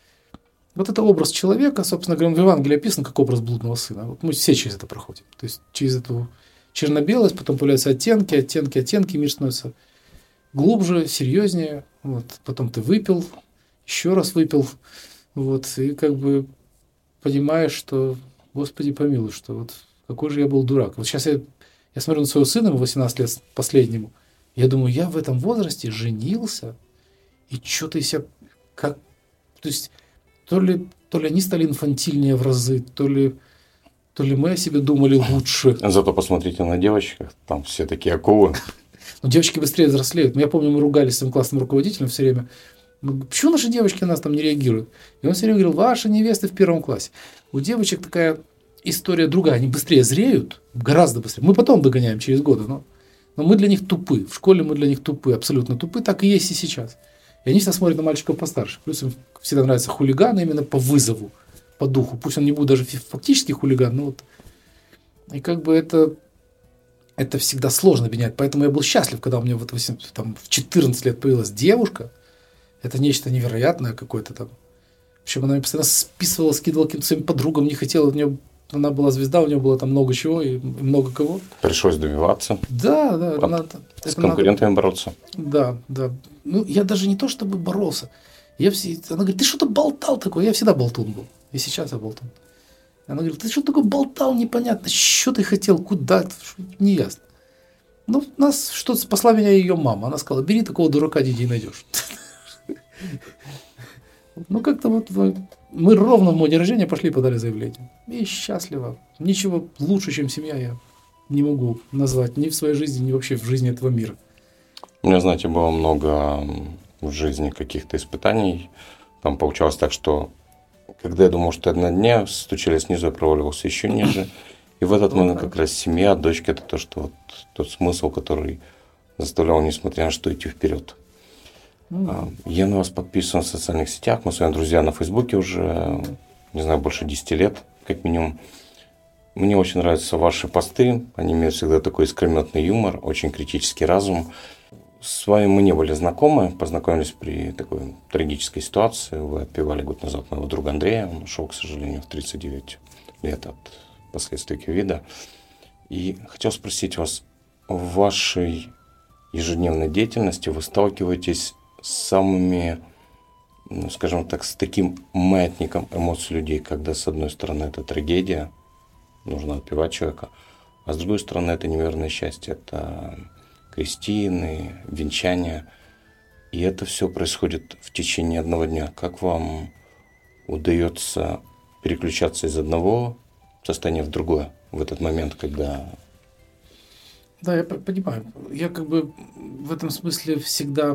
Вот это образ человека, собственно говоря, в Евангелии описан как образ блудного сына. Вот мы все через это проходим. То есть через эту черно-белость, потом появляются оттенки, оттенки, оттенки, мир становится глубже, серьезнее. Вот. Потом ты выпил, еще раз выпил. Вот. И как бы понимаешь, что, Господи помилуй, что вот какой же я был дурак. Вот сейчас я, я смотрю на своего сына, ему восемнадцать лет последнему. Я думаю, я в этом возрасте женился, и что-то из себя как... То есть то ли, то ли они стали инфантильнее в разы, то ли, то ли мы о себе думали лучше. Зато посмотрите на девочек, там все такие акулы. Но девочки быстрее взрослеют. Я помню, мы ругались с своим классным руководителем все время. Почему наши девочки на нас там не реагируют? И он все время говорил, ваши невесты в первом классе. У девочек такая история другая. Они быстрее зреют, гораздо быстрее. Мы потом догоняем через годы, но, но мы для них тупы. В школе мы для них тупы, абсолютно тупы. Так и есть и сейчас. И они всегда смотрят на мальчиков постарше. Плюс им всегда нравятся хулиганы именно по вызову, по духу. Пусть он не будет даже фактически хулиган, но вот. И как бы это, это всегда сложно менять. Поэтому я был счастлив, когда у меня вот восемнадцать, там, в четырнадцать лет появилась девушка. Это нечто невероятное какое-то там. В общем, она мне постоянно списывала, скидывала каким-то своим подругам, не хотела. У нее, она была звезда, у нее было там много чего и много кого. Пришлось добиваться. Да, да. От, надо, с конкурентами надо, бороться. Да, да. Ну, я даже не то, чтобы боролся. Я все, она говорит, ты что-то болтал такое. Я всегда болтун был. И сейчас я болтун. Она говорит, ты что такое болтал, непонятно. Что ты хотел, куда, не ясно. Ну, нас что-то спасла меня ее мама. Она сказала, бери такого дурака, детей найдешь. Ну, как-то вот мы ровно в мой день рождения пошли и подали заявление. И счастливо. Ничего лучше, чем семья, я не могу назвать ни в своей жизни, ни вообще в жизни этого мира. У меня, знаете, было много в жизни каких-то испытаний. Там получалось так, что когда я думал, что я на дне, стучали снизу, я проваливался еще ниже. И в этот момент как раз семья, дочка, это то, что вот тот смысл, который заставлял, несмотря на что, идти вперед. Mm. Я на вас подписан в социальных сетях. Мы с вами друзья на Фейсбуке уже, не знаю, больше десяти лет, как минимум. Мне очень нравятся ваши посты. Они имеют всегда такой искрометный юмор, очень критический разум. С вами мы не были знакомы. Познакомились при такой трагической ситуации. Вы отпевали год назад моего друга Андрея. Он ушел, к сожалению, в тридцать девять лет от последствий ковида. И хотел спросить вас, в вашей ежедневной деятельности вы сталкиваетесь с самыми, ну, скажем так, с таким маятником эмоций людей, когда, с одной стороны, это трагедия, нужно отпевать человека, а с другой стороны, это невероятное счастье, это крестины, венчания, и это все происходит в течение одного дня. Как вам удается переключаться из одного состояния в другое в этот момент, когда... Да, я понимаю. Я как бы в этом смысле всегда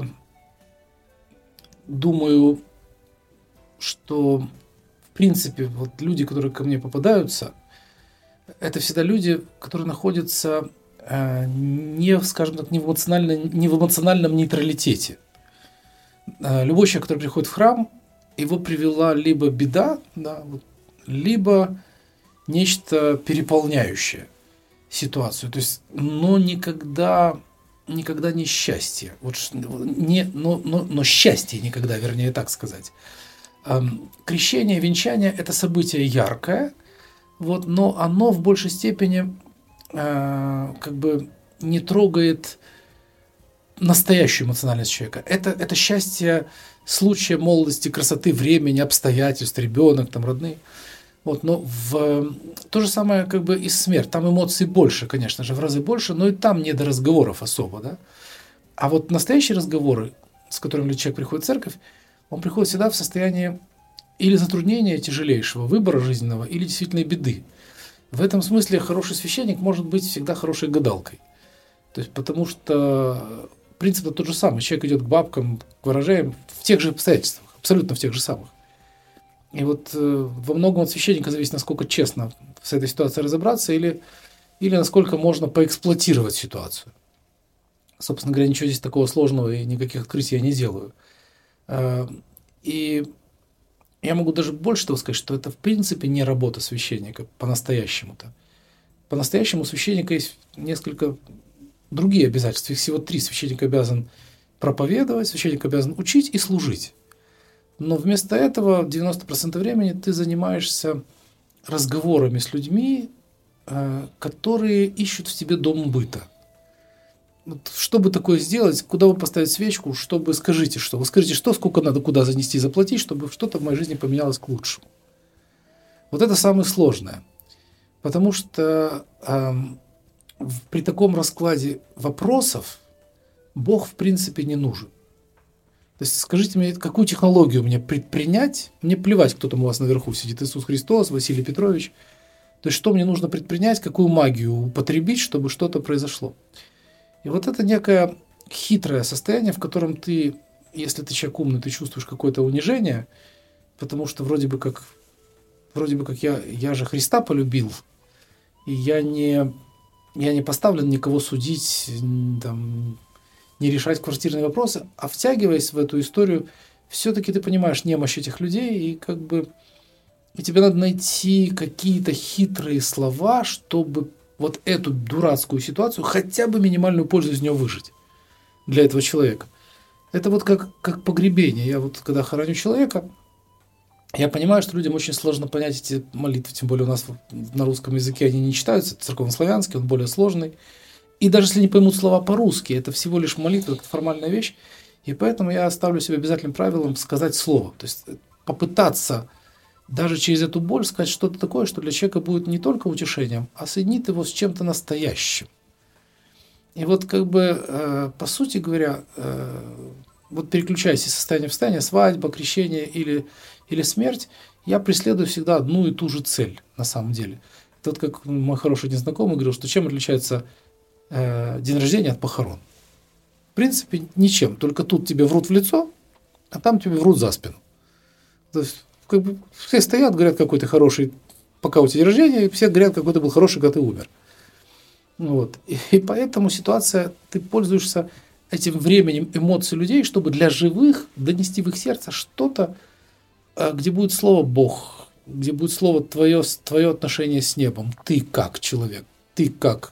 думаю, что в принципе вот люди, которые ко мне попадаются, это всегда люди, которые находятся э, не, скажем так, не в, эмоционально, не в эмоциональном нейтралитете. Э, любой человек, который приходит в храм, его привела либо беда, да, вот, либо нечто переполняющее ситуацию, то есть, но никогда, никогда не счастье, вот, не, но, но, но счастье никогда, вернее так сказать. Крещение, венчание – это событие яркое, вот, но оно в большей степени э, как бы не трогает настоящую эмоциональность человека. Это, это счастье случая молодости, красоты, времени, обстоятельств, ребенок, там, родные. Вот, но в, то же самое как бы и смерть. Там эмоций больше, конечно же, в разы больше, но и там не до разговоров особо. Да? А вот настоящие разговоры, с которыми человек приходит в церковь, он приходит всегда в состоянии или затруднения тяжелейшего, выбора жизненного, или действительно беды. В этом смысле хороший священник может быть всегда хорошей гадалкой. То есть, потому что принцип тот же самый. Человек идет к бабкам, к ворожеям в тех же обстоятельствах, абсолютно в тех же самых. И вот э, во многом от священника зависит, насколько честно с этой ситуацией разобраться или, или насколько можно поэксплуатировать ситуацию. Собственно говоря, ничего здесь такого сложного и никаких открытий я не делаю. Э, и я могу даже больше того сказать, что это в принципе не работа священника по-настоящему-то. По-настоящему у священника есть несколько другие обязательства. Их всего три. Священник обязан проповедовать, священник обязан учить и служить. Но вместо этого девяносто процентов времени ты занимаешься разговорами с людьми, которые ищут в тебе дом быта. Вот что бы такое сделать, куда бы поставить свечку, чтобы скажите, что. Вы скажите, что, сколько надо, куда занести, заплатить, чтобы что-то в моей жизни поменялось к лучшему. Вот это самое сложное. Потому что э, при таком раскладе вопросов Бог в принципе не нужен. То есть скажите мне, какую технологию мне предпринять, мне плевать, кто там у вас наверху сидит, Иисус Христос, Василий Петрович. То есть что мне нужно предпринять, какую магию употребить, чтобы что-то произошло. И вот это некое хитрое состояние, в котором ты, если ты человек умный, ты чувствуешь какое-то унижение, потому что вроде бы как, вроде бы как я, я же Христа полюбил, и я не, я не поставлен никого судить, там, не решать квартирные вопросы, а втягиваясь в эту историю, все-таки ты понимаешь немощь этих людей, и как бы и тебе надо найти какие-то хитрые слова, чтобы вот эту дурацкую ситуацию, хотя бы минимальную пользу из нее выжить для этого человека. Это вот как, как погребение. Я вот когда хороню человека, я понимаю, что людям очень сложно понять эти молитвы, тем более у нас на русском языке они не читаются, это церковнославянский, он более сложный. И даже если не поймут слова по-русски, это всего лишь молитва, это формальная вещь. И поэтому я ставлю себе обязательным правилом сказать слово. То есть попытаться даже через эту боль сказать что-то такое, что для человека будет не только утешением, а соединит его с чем-то настоящим. И вот как бы, э, по сути говоря, э, вот переключаясь из состояния в состояние, свадьба, крещение или, или смерть, я преследую всегда одну и ту же цель на самом деле. Это вот как мой хороший незнакомый говорил, что чем отличается э, день рождения от похорон. В принципе, ничем, только тут тебе врут в лицо, а там тебе врут за спину. То есть как бы все стоят, говорят, какой ты хороший, пока у тебя день рождения, и все говорят, какой ты был хороший, когда ты умер. Вот. И, и поэтому ситуация, ты пользуешься этим временем эмоций людей, чтобы для живых донести в их сердце что-то, где будет слово «Бог», где будет слово твое, твое отношение с небом, ты как человек, ты как.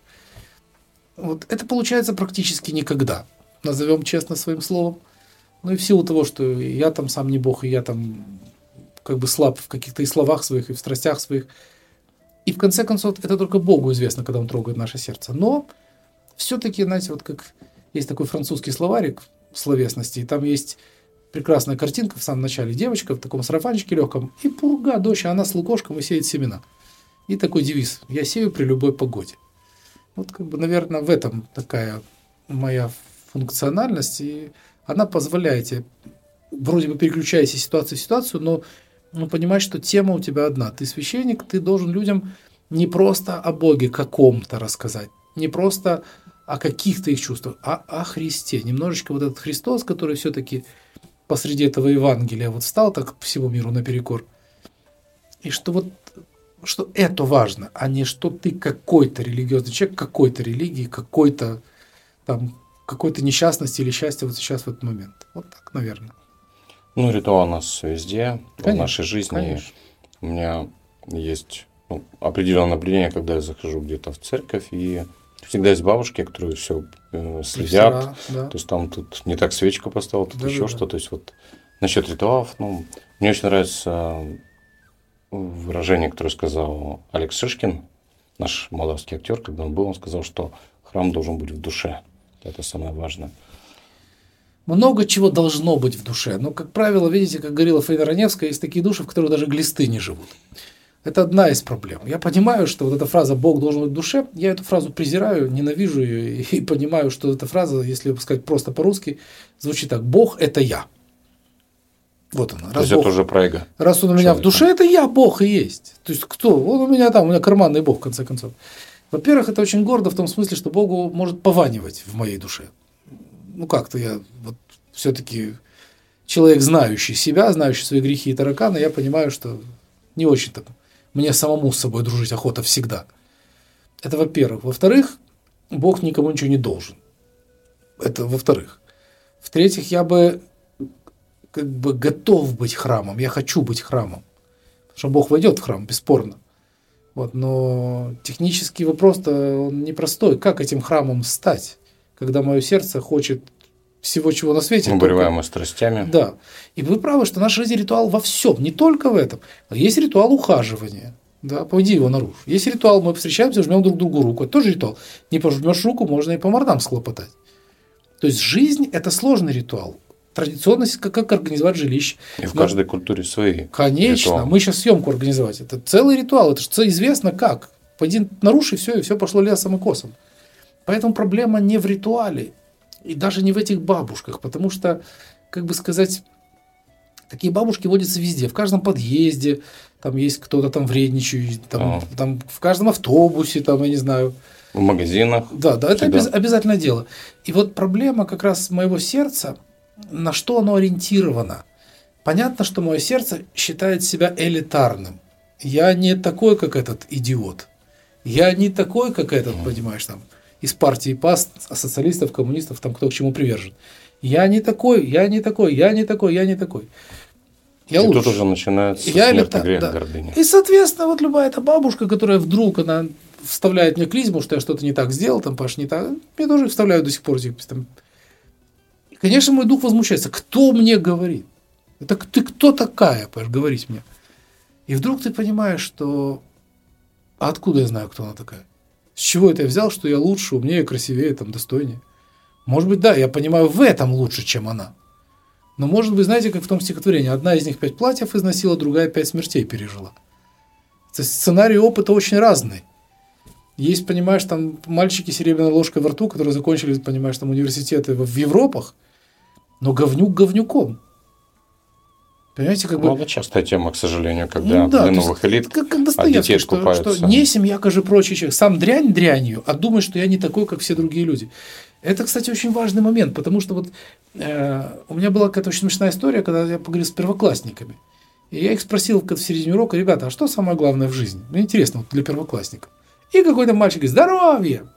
Вот. Это получается практически никогда, назовем честно своим словом. Ну и в силу того, что я там сам не Бог, и я там как бы слаб в каких-то и словах своих, и в страстях своих. И в конце концов, это только Богу известно, когда Он трогает наше сердце. Но все-таки, знаете, вот как есть такой французский словарик словесности, и там есть прекрасная картинка в самом начале. Девочка в таком сарафанчике легком, и пурга, дождь, а она с лукошком и сеет семена. И такой девиз: «Я сею при любой погоде». Вот, как бы, наверное, в этом такая моя функциональность, и она позволяет тебе, вроде бы переключаясь из ситуации в ситуацию, но ну, понимать, что тема у тебя одна. Ты священник, ты должен людям не просто о Боге каком-то рассказать, не просто о каких-то их чувствах, а о Христе. Немножечко вот этот Христос, который все-таки посреди этого Евангелия вот встал так всему миру наперекор. И что вот что это важно, а не что ты какой-то религиозный человек, какой-то религии, какой-то там какой-то несчастности или счастья вот сейчас в этот момент. Вот так, наверное. Ну, ритуал у нас везде, конечно, в нашей жизни. Конечно. У меня есть ну, определенное наблюдение, когда я захожу где-то в церковь, и всегда есть бабушки, которые все э, следят. Да. То есть там тут не так свечку поставил, тут да, еще да, что-то. Да. То есть вот насчет ритуалов, ну, мне очень нравится выражение, которое сказал Алекс Шишкин, наш молдавский актер, когда он был, он сказал, что храм должен быть в душе. Это самое важное. Много чего должно быть в душе. Но, как правило, видите, как говорила Фаина Раневская, есть такие души, в которых даже глисты не живут. Это одна из проблем. Я понимаю, что вот эта фраза «Бог должен быть в душе», я эту фразу презираю, ненавижу ее и понимаю, что эта фраза, если сказать просто по-русски, звучит так: «Бог – это я». Вот она. То есть Бог, это уже про эго. Раз он у меня в душе, это я, Бог и есть. То есть кто? Он у меня там, у меня карманный Бог, в конце концов. Во-первых, это очень гордо в том смысле, что Богу может пованивать в моей душе. Ну как-то я вот все-таки человек, знающий себя, знающий свои грехи и тараканы, я понимаю, что не очень-то мне самому с собой дружить охота всегда. Это во-первых. Во-вторых, Бог никому ничего не должен. Это во-вторых. В-третьих, я бы как бы готов быть храмом, я хочу быть храмом. Потому что Бог войдет в храм, бесспорно. Вот, но технический вопрос-то он непростой. Как этим храмом стать, когда мое сердце хочет всего, чего на свете. Обуреваемо страстями. Да. И вы правы, что наша жизнь ритуал во всем, не только в этом. Есть ритуал ухаживания. Да, поведи его наружу. Есть ритуал, мы встречаемся, жмем друг другу руку. Это тоже ритуал. Не пожмешь руку, можно и по мордам схлопотать. То есть жизнь – это сложный ритуал. Традиционность, как, как организовать жилище. И в Но, каждой культуре свои. Конечно. Ритуалы. Мы сейчас съемку организовать. Это целый ритуал. Это же известно как. Пойди наруши, и все, и все пошло лесом и косом. Поэтому проблема не в ритуале. И даже не в этих бабушках. Потому что, как бы сказать, такие бабушки водятся везде. В каждом подъезде. Там есть кто-то там вредничает. Там, там, в каждом автобусе, там, я не знаю. В магазинах. Да, да, это обяз, обязательное дело. И вот проблема как раз моего сердца, на что оно ориентировано. Понятно, что мое сердце считает себя элитарным. Я не такой, как этот идиот. Я не такой, как этот, понимаешь, там, из партии ПАС, социалистов, коммунистов, там, кто к чему привержен. Я не такой, я не такой, я не такой, я не такой. Я и лучше. тут уже начинается я смертный элита... грех да. гордыни. И, соответственно, вот любая эта бабушка, которая вдруг, она вставляет мне клизму, что я что-то не так сделал, там, Паш, не так, мне тоже вставляют до сих пор, там. Конечно, мой дух возмущается. Кто мне говорит? Это ты кто такая, Паш, говорить мне? И вдруг ты понимаешь, что... А откуда я знаю, кто она такая? С чего это я взял, что я лучше, умнее, красивее, там, достойнее? Может быть, да, я понимаю, в этом лучше, чем она. Но, может быть, знаете, как в том стихотворении. Одна из них пять платьев износила, другая пять смертей пережила. То есть сценарий опыта очень разный. Есть, понимаешь, там мальчики с серебряной ложкой во рту, которые закончили, понимаешь, там университеты в Европах, но говнюк говнюком. Понимаете, как бы... Ну, это частая тема, к сожалению, когда ну, да, для новых элит как, как от детей откупаются. Что не семья, же прочий человек. Сам дрянь дрянью, а думает, что я не такой, как все другие люди. Это, кстати, очень важный момент, потому что вот э, у меня была какая-то очень смешная история, когда я поговорил с первоклассниками. И я их спросил в середине урока: ребята, а что самое главное в жизни? Ну, интересно, вот для первоклассников. И какой-то мальчик говорит: здоровье!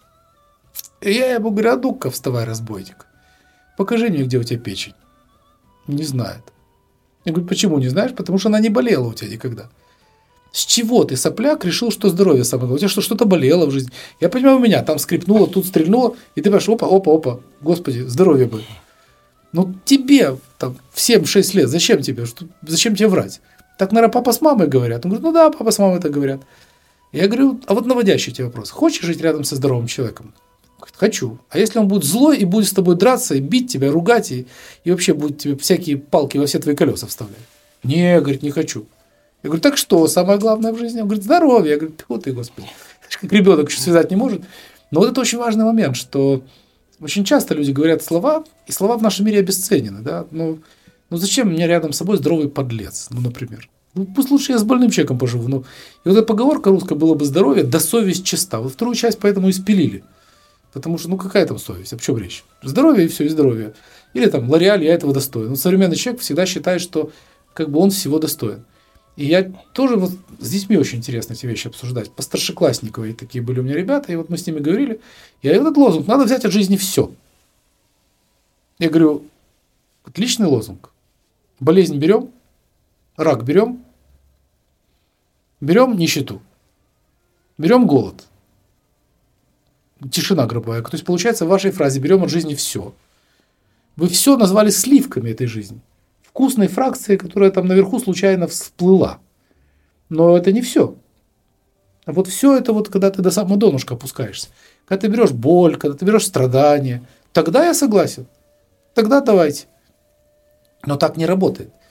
И я ему говорю: а ну-ка, вставай, разбойник. Покажи мне, где у тебя печень. Не знает. Я говорю: почему не знаешь? Потому что она не болела у тебя никогда. С чего ты, сопляк, решил, что здоровье самое главное? У тебя что, что-то болело в жизни? Я понимаю, у меня там скрипнуло, тут стрельнуло, и ты понимаешь: опа, опа, опа, господи, здоровье бы. Ну тебе там в семь-шесть лет, зачем тебе? Что, зачем тебе врать? Так, наверное, папа с мамой говорят. Он говорит: ну да, папа с мамой так говорят. Я говорю: а вот наводящий тебе вопрос. Хочешь жить рядом со здоровым человеком? Говорит: хочу. А если он будет злой и будет с тобой драться, и бить тебя, ругать, и, и вообще будет тебе всякие палки во все твои колеса вставлять? Не, говорит, не хочу. Я говорю: так что самое главное в жизни? Он говорит: здоровье. Я говорю: тьфу ты, господи. Как ребенок еще связать не может. Но вот это очень важный момент, что очень часто люди говорят слова, и слова в нашем мире обесценены. Да? Ну, ну зачем мне рядом с собой здоровый подлец, ну, например? Ну, пусть лучше я с больным человеком поживу. Ну, и вот эта поговорка русская была бы: здоровье, да совесть чиста. Вот вторую часть поэтому и спилили. Потому что, ну, какая там совесть? О чем речь? Здоровье и все, и здоровье. Или там Лореаль, я этого достоин. Но современный человек всегда считает, что как бы он всего достоин. И я тоже вот с детьми очень интересно эти вещи обсуждать. Постаршеклассниковые такие были у меня ребята, и вот мы с ними говорили. И этот лозунг: надо взять от жизни все. Я говорю: отличный лозунг. Болезнь берем, рак берем, берем нищету, берем голод, тишина гробовая. То есть, получается, в вашей фразе берем от жизни все. Вы все назвали сливками этой жизни. Вкусной фракцией, которая там наверху случайно всплыла. Но это не все. А вот все это вот, когда ты до самого донышка опускаешься. Когда ты берешь боль, когда ты берешь страдания, тогда я согласен. Тогда давайте. Но так не работает.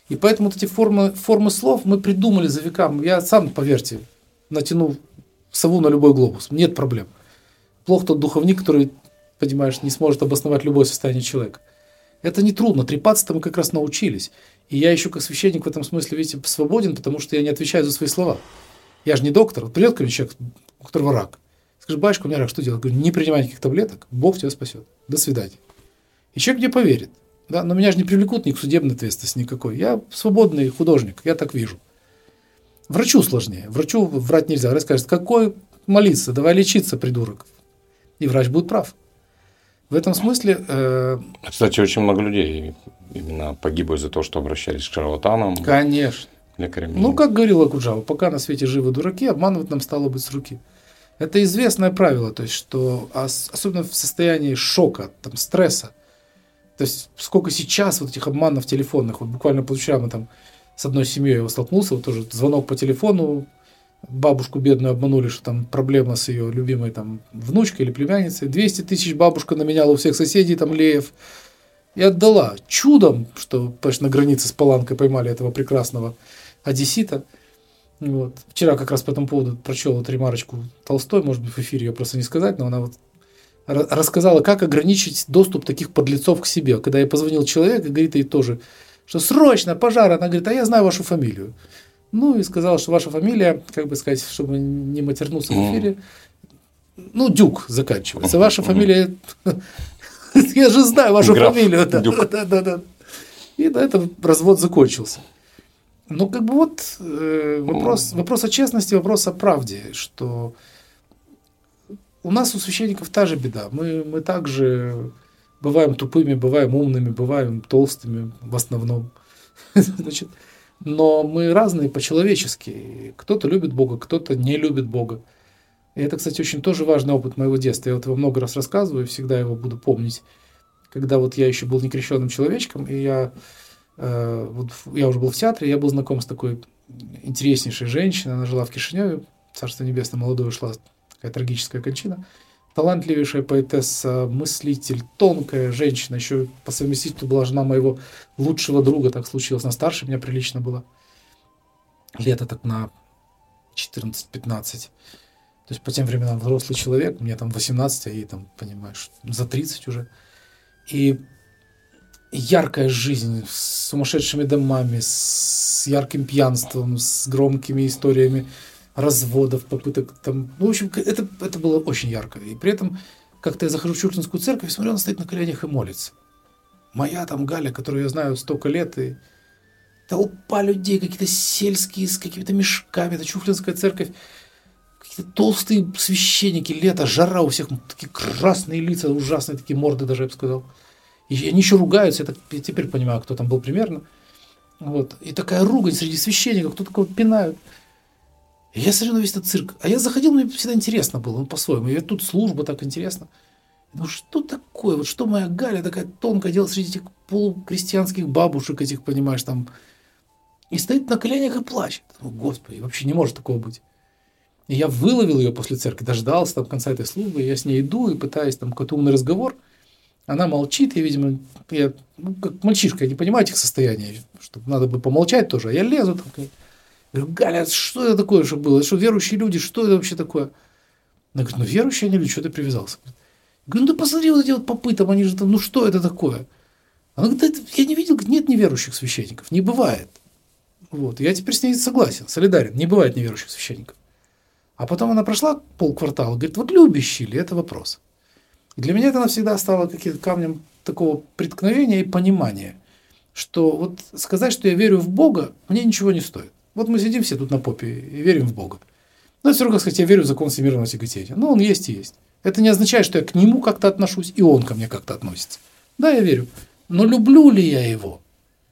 И поэтому вот эти формы, формы слов мы придумали за века. Я сам, поверьте, натяну сову на любой глобус. Нет проблем. Плох тот духовник, который, понимаешь, не сможет обосновать любое состояние человека. Это не трудно. Трепаться-то мы как раз научились. И я еще как священник в этом смысле, видите, свободен, потому что я не отвечаю за свои слова. Я же не доктор. Вот придет ко мне человек, у которого рак. Скажет: батюшка, у меня рак, что делать? Я говорю: не принимай никаких таблеток, Бог тебя спасет. До свидания. И человек мне поверит. Да? Но меня же не привлекут ни к судебной ответственности никакой. Я свободный художник, я так вижу. Врачу сложнее. Врачу врать нельзя. Врач скажет: какой молиться, давай лечиться, придурок. И врач будет прав. В этом смысле... Э... Кстати, очень много людей именно погибло из-за того, что обращались к шарлатанам. Конечно. Лекарям. Ну, как говорил Акуджава, пока на свете живы дураки, обманывать нам стало быть с руки. Это известное правило, то есть, что особенно в состоянии шока, там, стресса, то есть сколько сейчас вот этих обманов телефонных, вот буквально позавчера мы там с одной семьей его столкнулся, вот тоже звонок по телефону, бабушку бедную обманули, что там проблема с ее любимой там внучкой или племянницей, двести тысяч бабушка наменяла у всех соседей, там, леев, и отдала. Чудом, что, конечно, на границе с Паланкой поймали этого прекрасного одессита. Вот. Вчера как раз по этому поводу прочел вот ремарочку Толстой, может быть, в эфире ее просто не сказать, но она вот рассказала, как ограничить доступ таких подлецов к себе. Когда я позвонил человек и говорит ей тоже, что срочно, пожар, она говорит: а я знаю вашу фамилию. Ну и сказала, что ваша фамилия, как бы сказать, чтобы не матернуться в эфире, ну, Дюк заканчивается. Ваша фамилия, я же знаю вашу фамилию. Да, да, да. И на этом развод закончился. Ну, как бы вот э, вопрос, вопрос о честности, вопрос о правде, что у нас, у священников, та же беда. Мы, мы также бываем тупыми, бываем умными, бываем толстыми в основном. Значит, но мы разные по-человечески. Кто-то любит Бога, кто-то не любит Бога. И это, кстати, очень тоже важный опыт моего детства. Я вот его много раз рассказываю, и всегда его буду помнить. Когда вот я еще был некрещенным человечком, и я... Вот я уже был в театре, я был знаком с такой интереснейшей женщиной, она жила в Кишиневе, Царство Небесное, молодой ушла, такая трагическая кончина, талантливейшая поэтесса, мыслитель, тонкая женщина, еще по совместительству была жена моего лучшего друга, так случилось, она старше меня прилично была, лето так на четырнадцать-пятнадцать, то есть по тем временам взрослый человек, мне там восемнадцать, а ей там, понимаешь, за тридцать уже, и яркая жизнь с сумасшедшими домами, с ярким пьянством, с громкими историями разводов, попыток там... Ну, в общем, это, это было очень ярко. И при этом как-то я захожу в Чуртинскую церковь и смотрю, она стоит на коленях и молится. Моя там Галя, которую я знаю столько лет, и толпа людей, какие-то сельские, с какими-то мешками, это Чуртинская церковь, какие-то толстые священники, лето, жара у всех, такие красные лица, ужасные такие морды даже, я бы сказал. И они еще ругаются, я, так, я теперь понимаю, кто там был примерно. Вот. И такая ругань среди священников, кто такого пинают. И я смотрю на весь этот цирк. А я заходил, мне всегда интересно было, ну, по-своему. И тут служба так интересно. Ну что такое? Вот что моя Галя такая тонкая делает среди этих полукрестьянских бабушек этих, понимаешь, там. И стоит на коленях и плачет. Ну, Господи, вообще не может такого быть. И я выловил ее после церкви, дождался там конца этой службы. Я с ней иду и пытаюсь там какой-то умный разговор. Она молчит, и, видимо, я, ну, как мальчишка, я не понимаю этих состояний, что надо бы помолчать тоже. А я лезу там, говорю: Галя, что это такое, что было? Что верующие люди, что это вообще такое? Она говорит: ну, верующие они люди, что ты привязался? Я говорю: ну, ты посмотри, вот эти вот попы там, они же там, ну, что это такое? Она говорит: я не видел, нет неверующих священников, не бывает. Вот, я теперь с ней согласен, солидарен, не бывает неверующих священников. А потом она прошла полквартала, говорит: вот любящие ли, это вопрос. И для меня это навсегда стало каким-то камнем такого преткновения и понимания, что вот сказать, что я верю в Бога, мне ничего не стоит. Вот мы сидим все тут на попе и верим в Бога. Но это все равно, как сказать, я верю в закон всемирного тяготения. Ну, он есть и есть. Это не означает, что я к нему как-то отношусь, и он ко мне как-то относится. Да, я верю. Но люблю ли я его?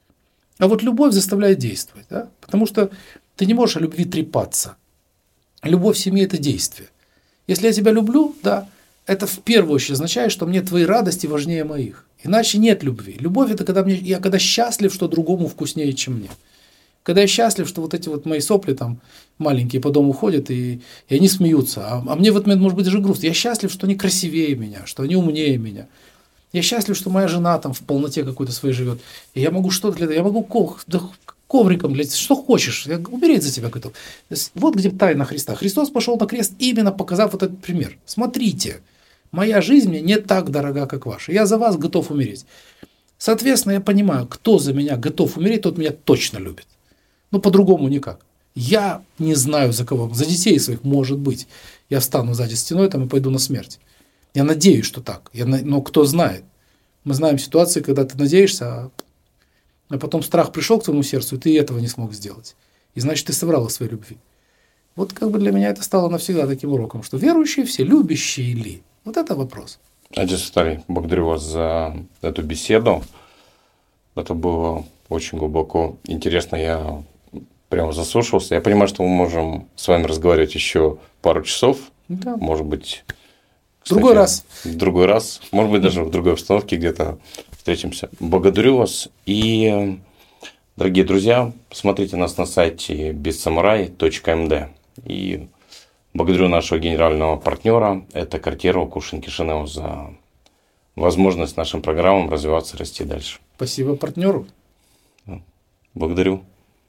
А вот любовь заставляет действовать. Да? Потому что ты не можешь о любви трепаться. Любовь в семье – это действие. Если я тебя люблю, да, это в первую очередь означает, что мне твои радости важнее моих. Иначе нет любви. Любовь – это когда мне, я когда счастлив, что другому вкуснее, чем мне. Когда я счастлив, что вот эти вот мои сопли там маленькие по дому ходят, и, и они смеются. А, а мне в этот момент может быть даже грустно. Я счастлив, что они красивее меня, что они умнее меня. Я счастлив, что моя жена там в полноте какой-то своей живет. И я могу что-то для этого, я могу ков, да, ковриком, для, что хочешь, я умереть за тебя готов. Вот где тайна Христа. Христос пошел на крест, именно показав вот этот пример. Смотрите, моя жизнь мне не так дорога, как ваша. Я за вас готов умереть. Соответственно, я понимаю, кто за меня готов умереть, тот меня точно любит. Ну, по-другому никак. Я не знаю, за кого. За детей своих, может быть. Я встану сзади стеной там и пойду на смерть. Я надеюсь, что так. Я, но кто знает. Мы знаем ситуации, когда ты надеешься, а, а потом страх пришел к твоему сердцу, и ты этого не смог сделать. И значит, ты соврал о своей любви. Вот как бы для меня это стало навсегда таким уроком, что верующие все, любящие ли? Вот это вопрос. Отец Виталий, благодарю вас за эту беседу. Это было очень глубоко интересно. Я прямо заслушался. Я понимаю, что мы можем с вами разговаривать еще пару часов. Да. Может быть, кстати, другой раз. В другой раз. Может быть, даже в другой обстановке где-то встретимся. Благодарю вас. И, дорогие друзья, смотрите нас на сайте безсамурай точка эм дэ. И благодарю нашего генерального партнера, это Cartier Cushion Chisinau, за возможность нашим программам развиваться, расти дальше. Спасибо партнеру. Благодарю.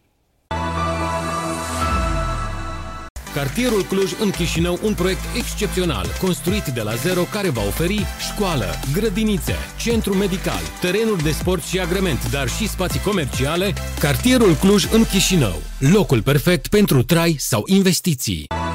Cartierul Cluj în Chișinău, un proiect excepțional, construit de la zero, care va oferi școală, grădinițe, centru medical, terenuri de sport și agrement, dar și spații comerciale. Cartierul Cluj în Chișinău, locul perfect pentru trai sau investiții.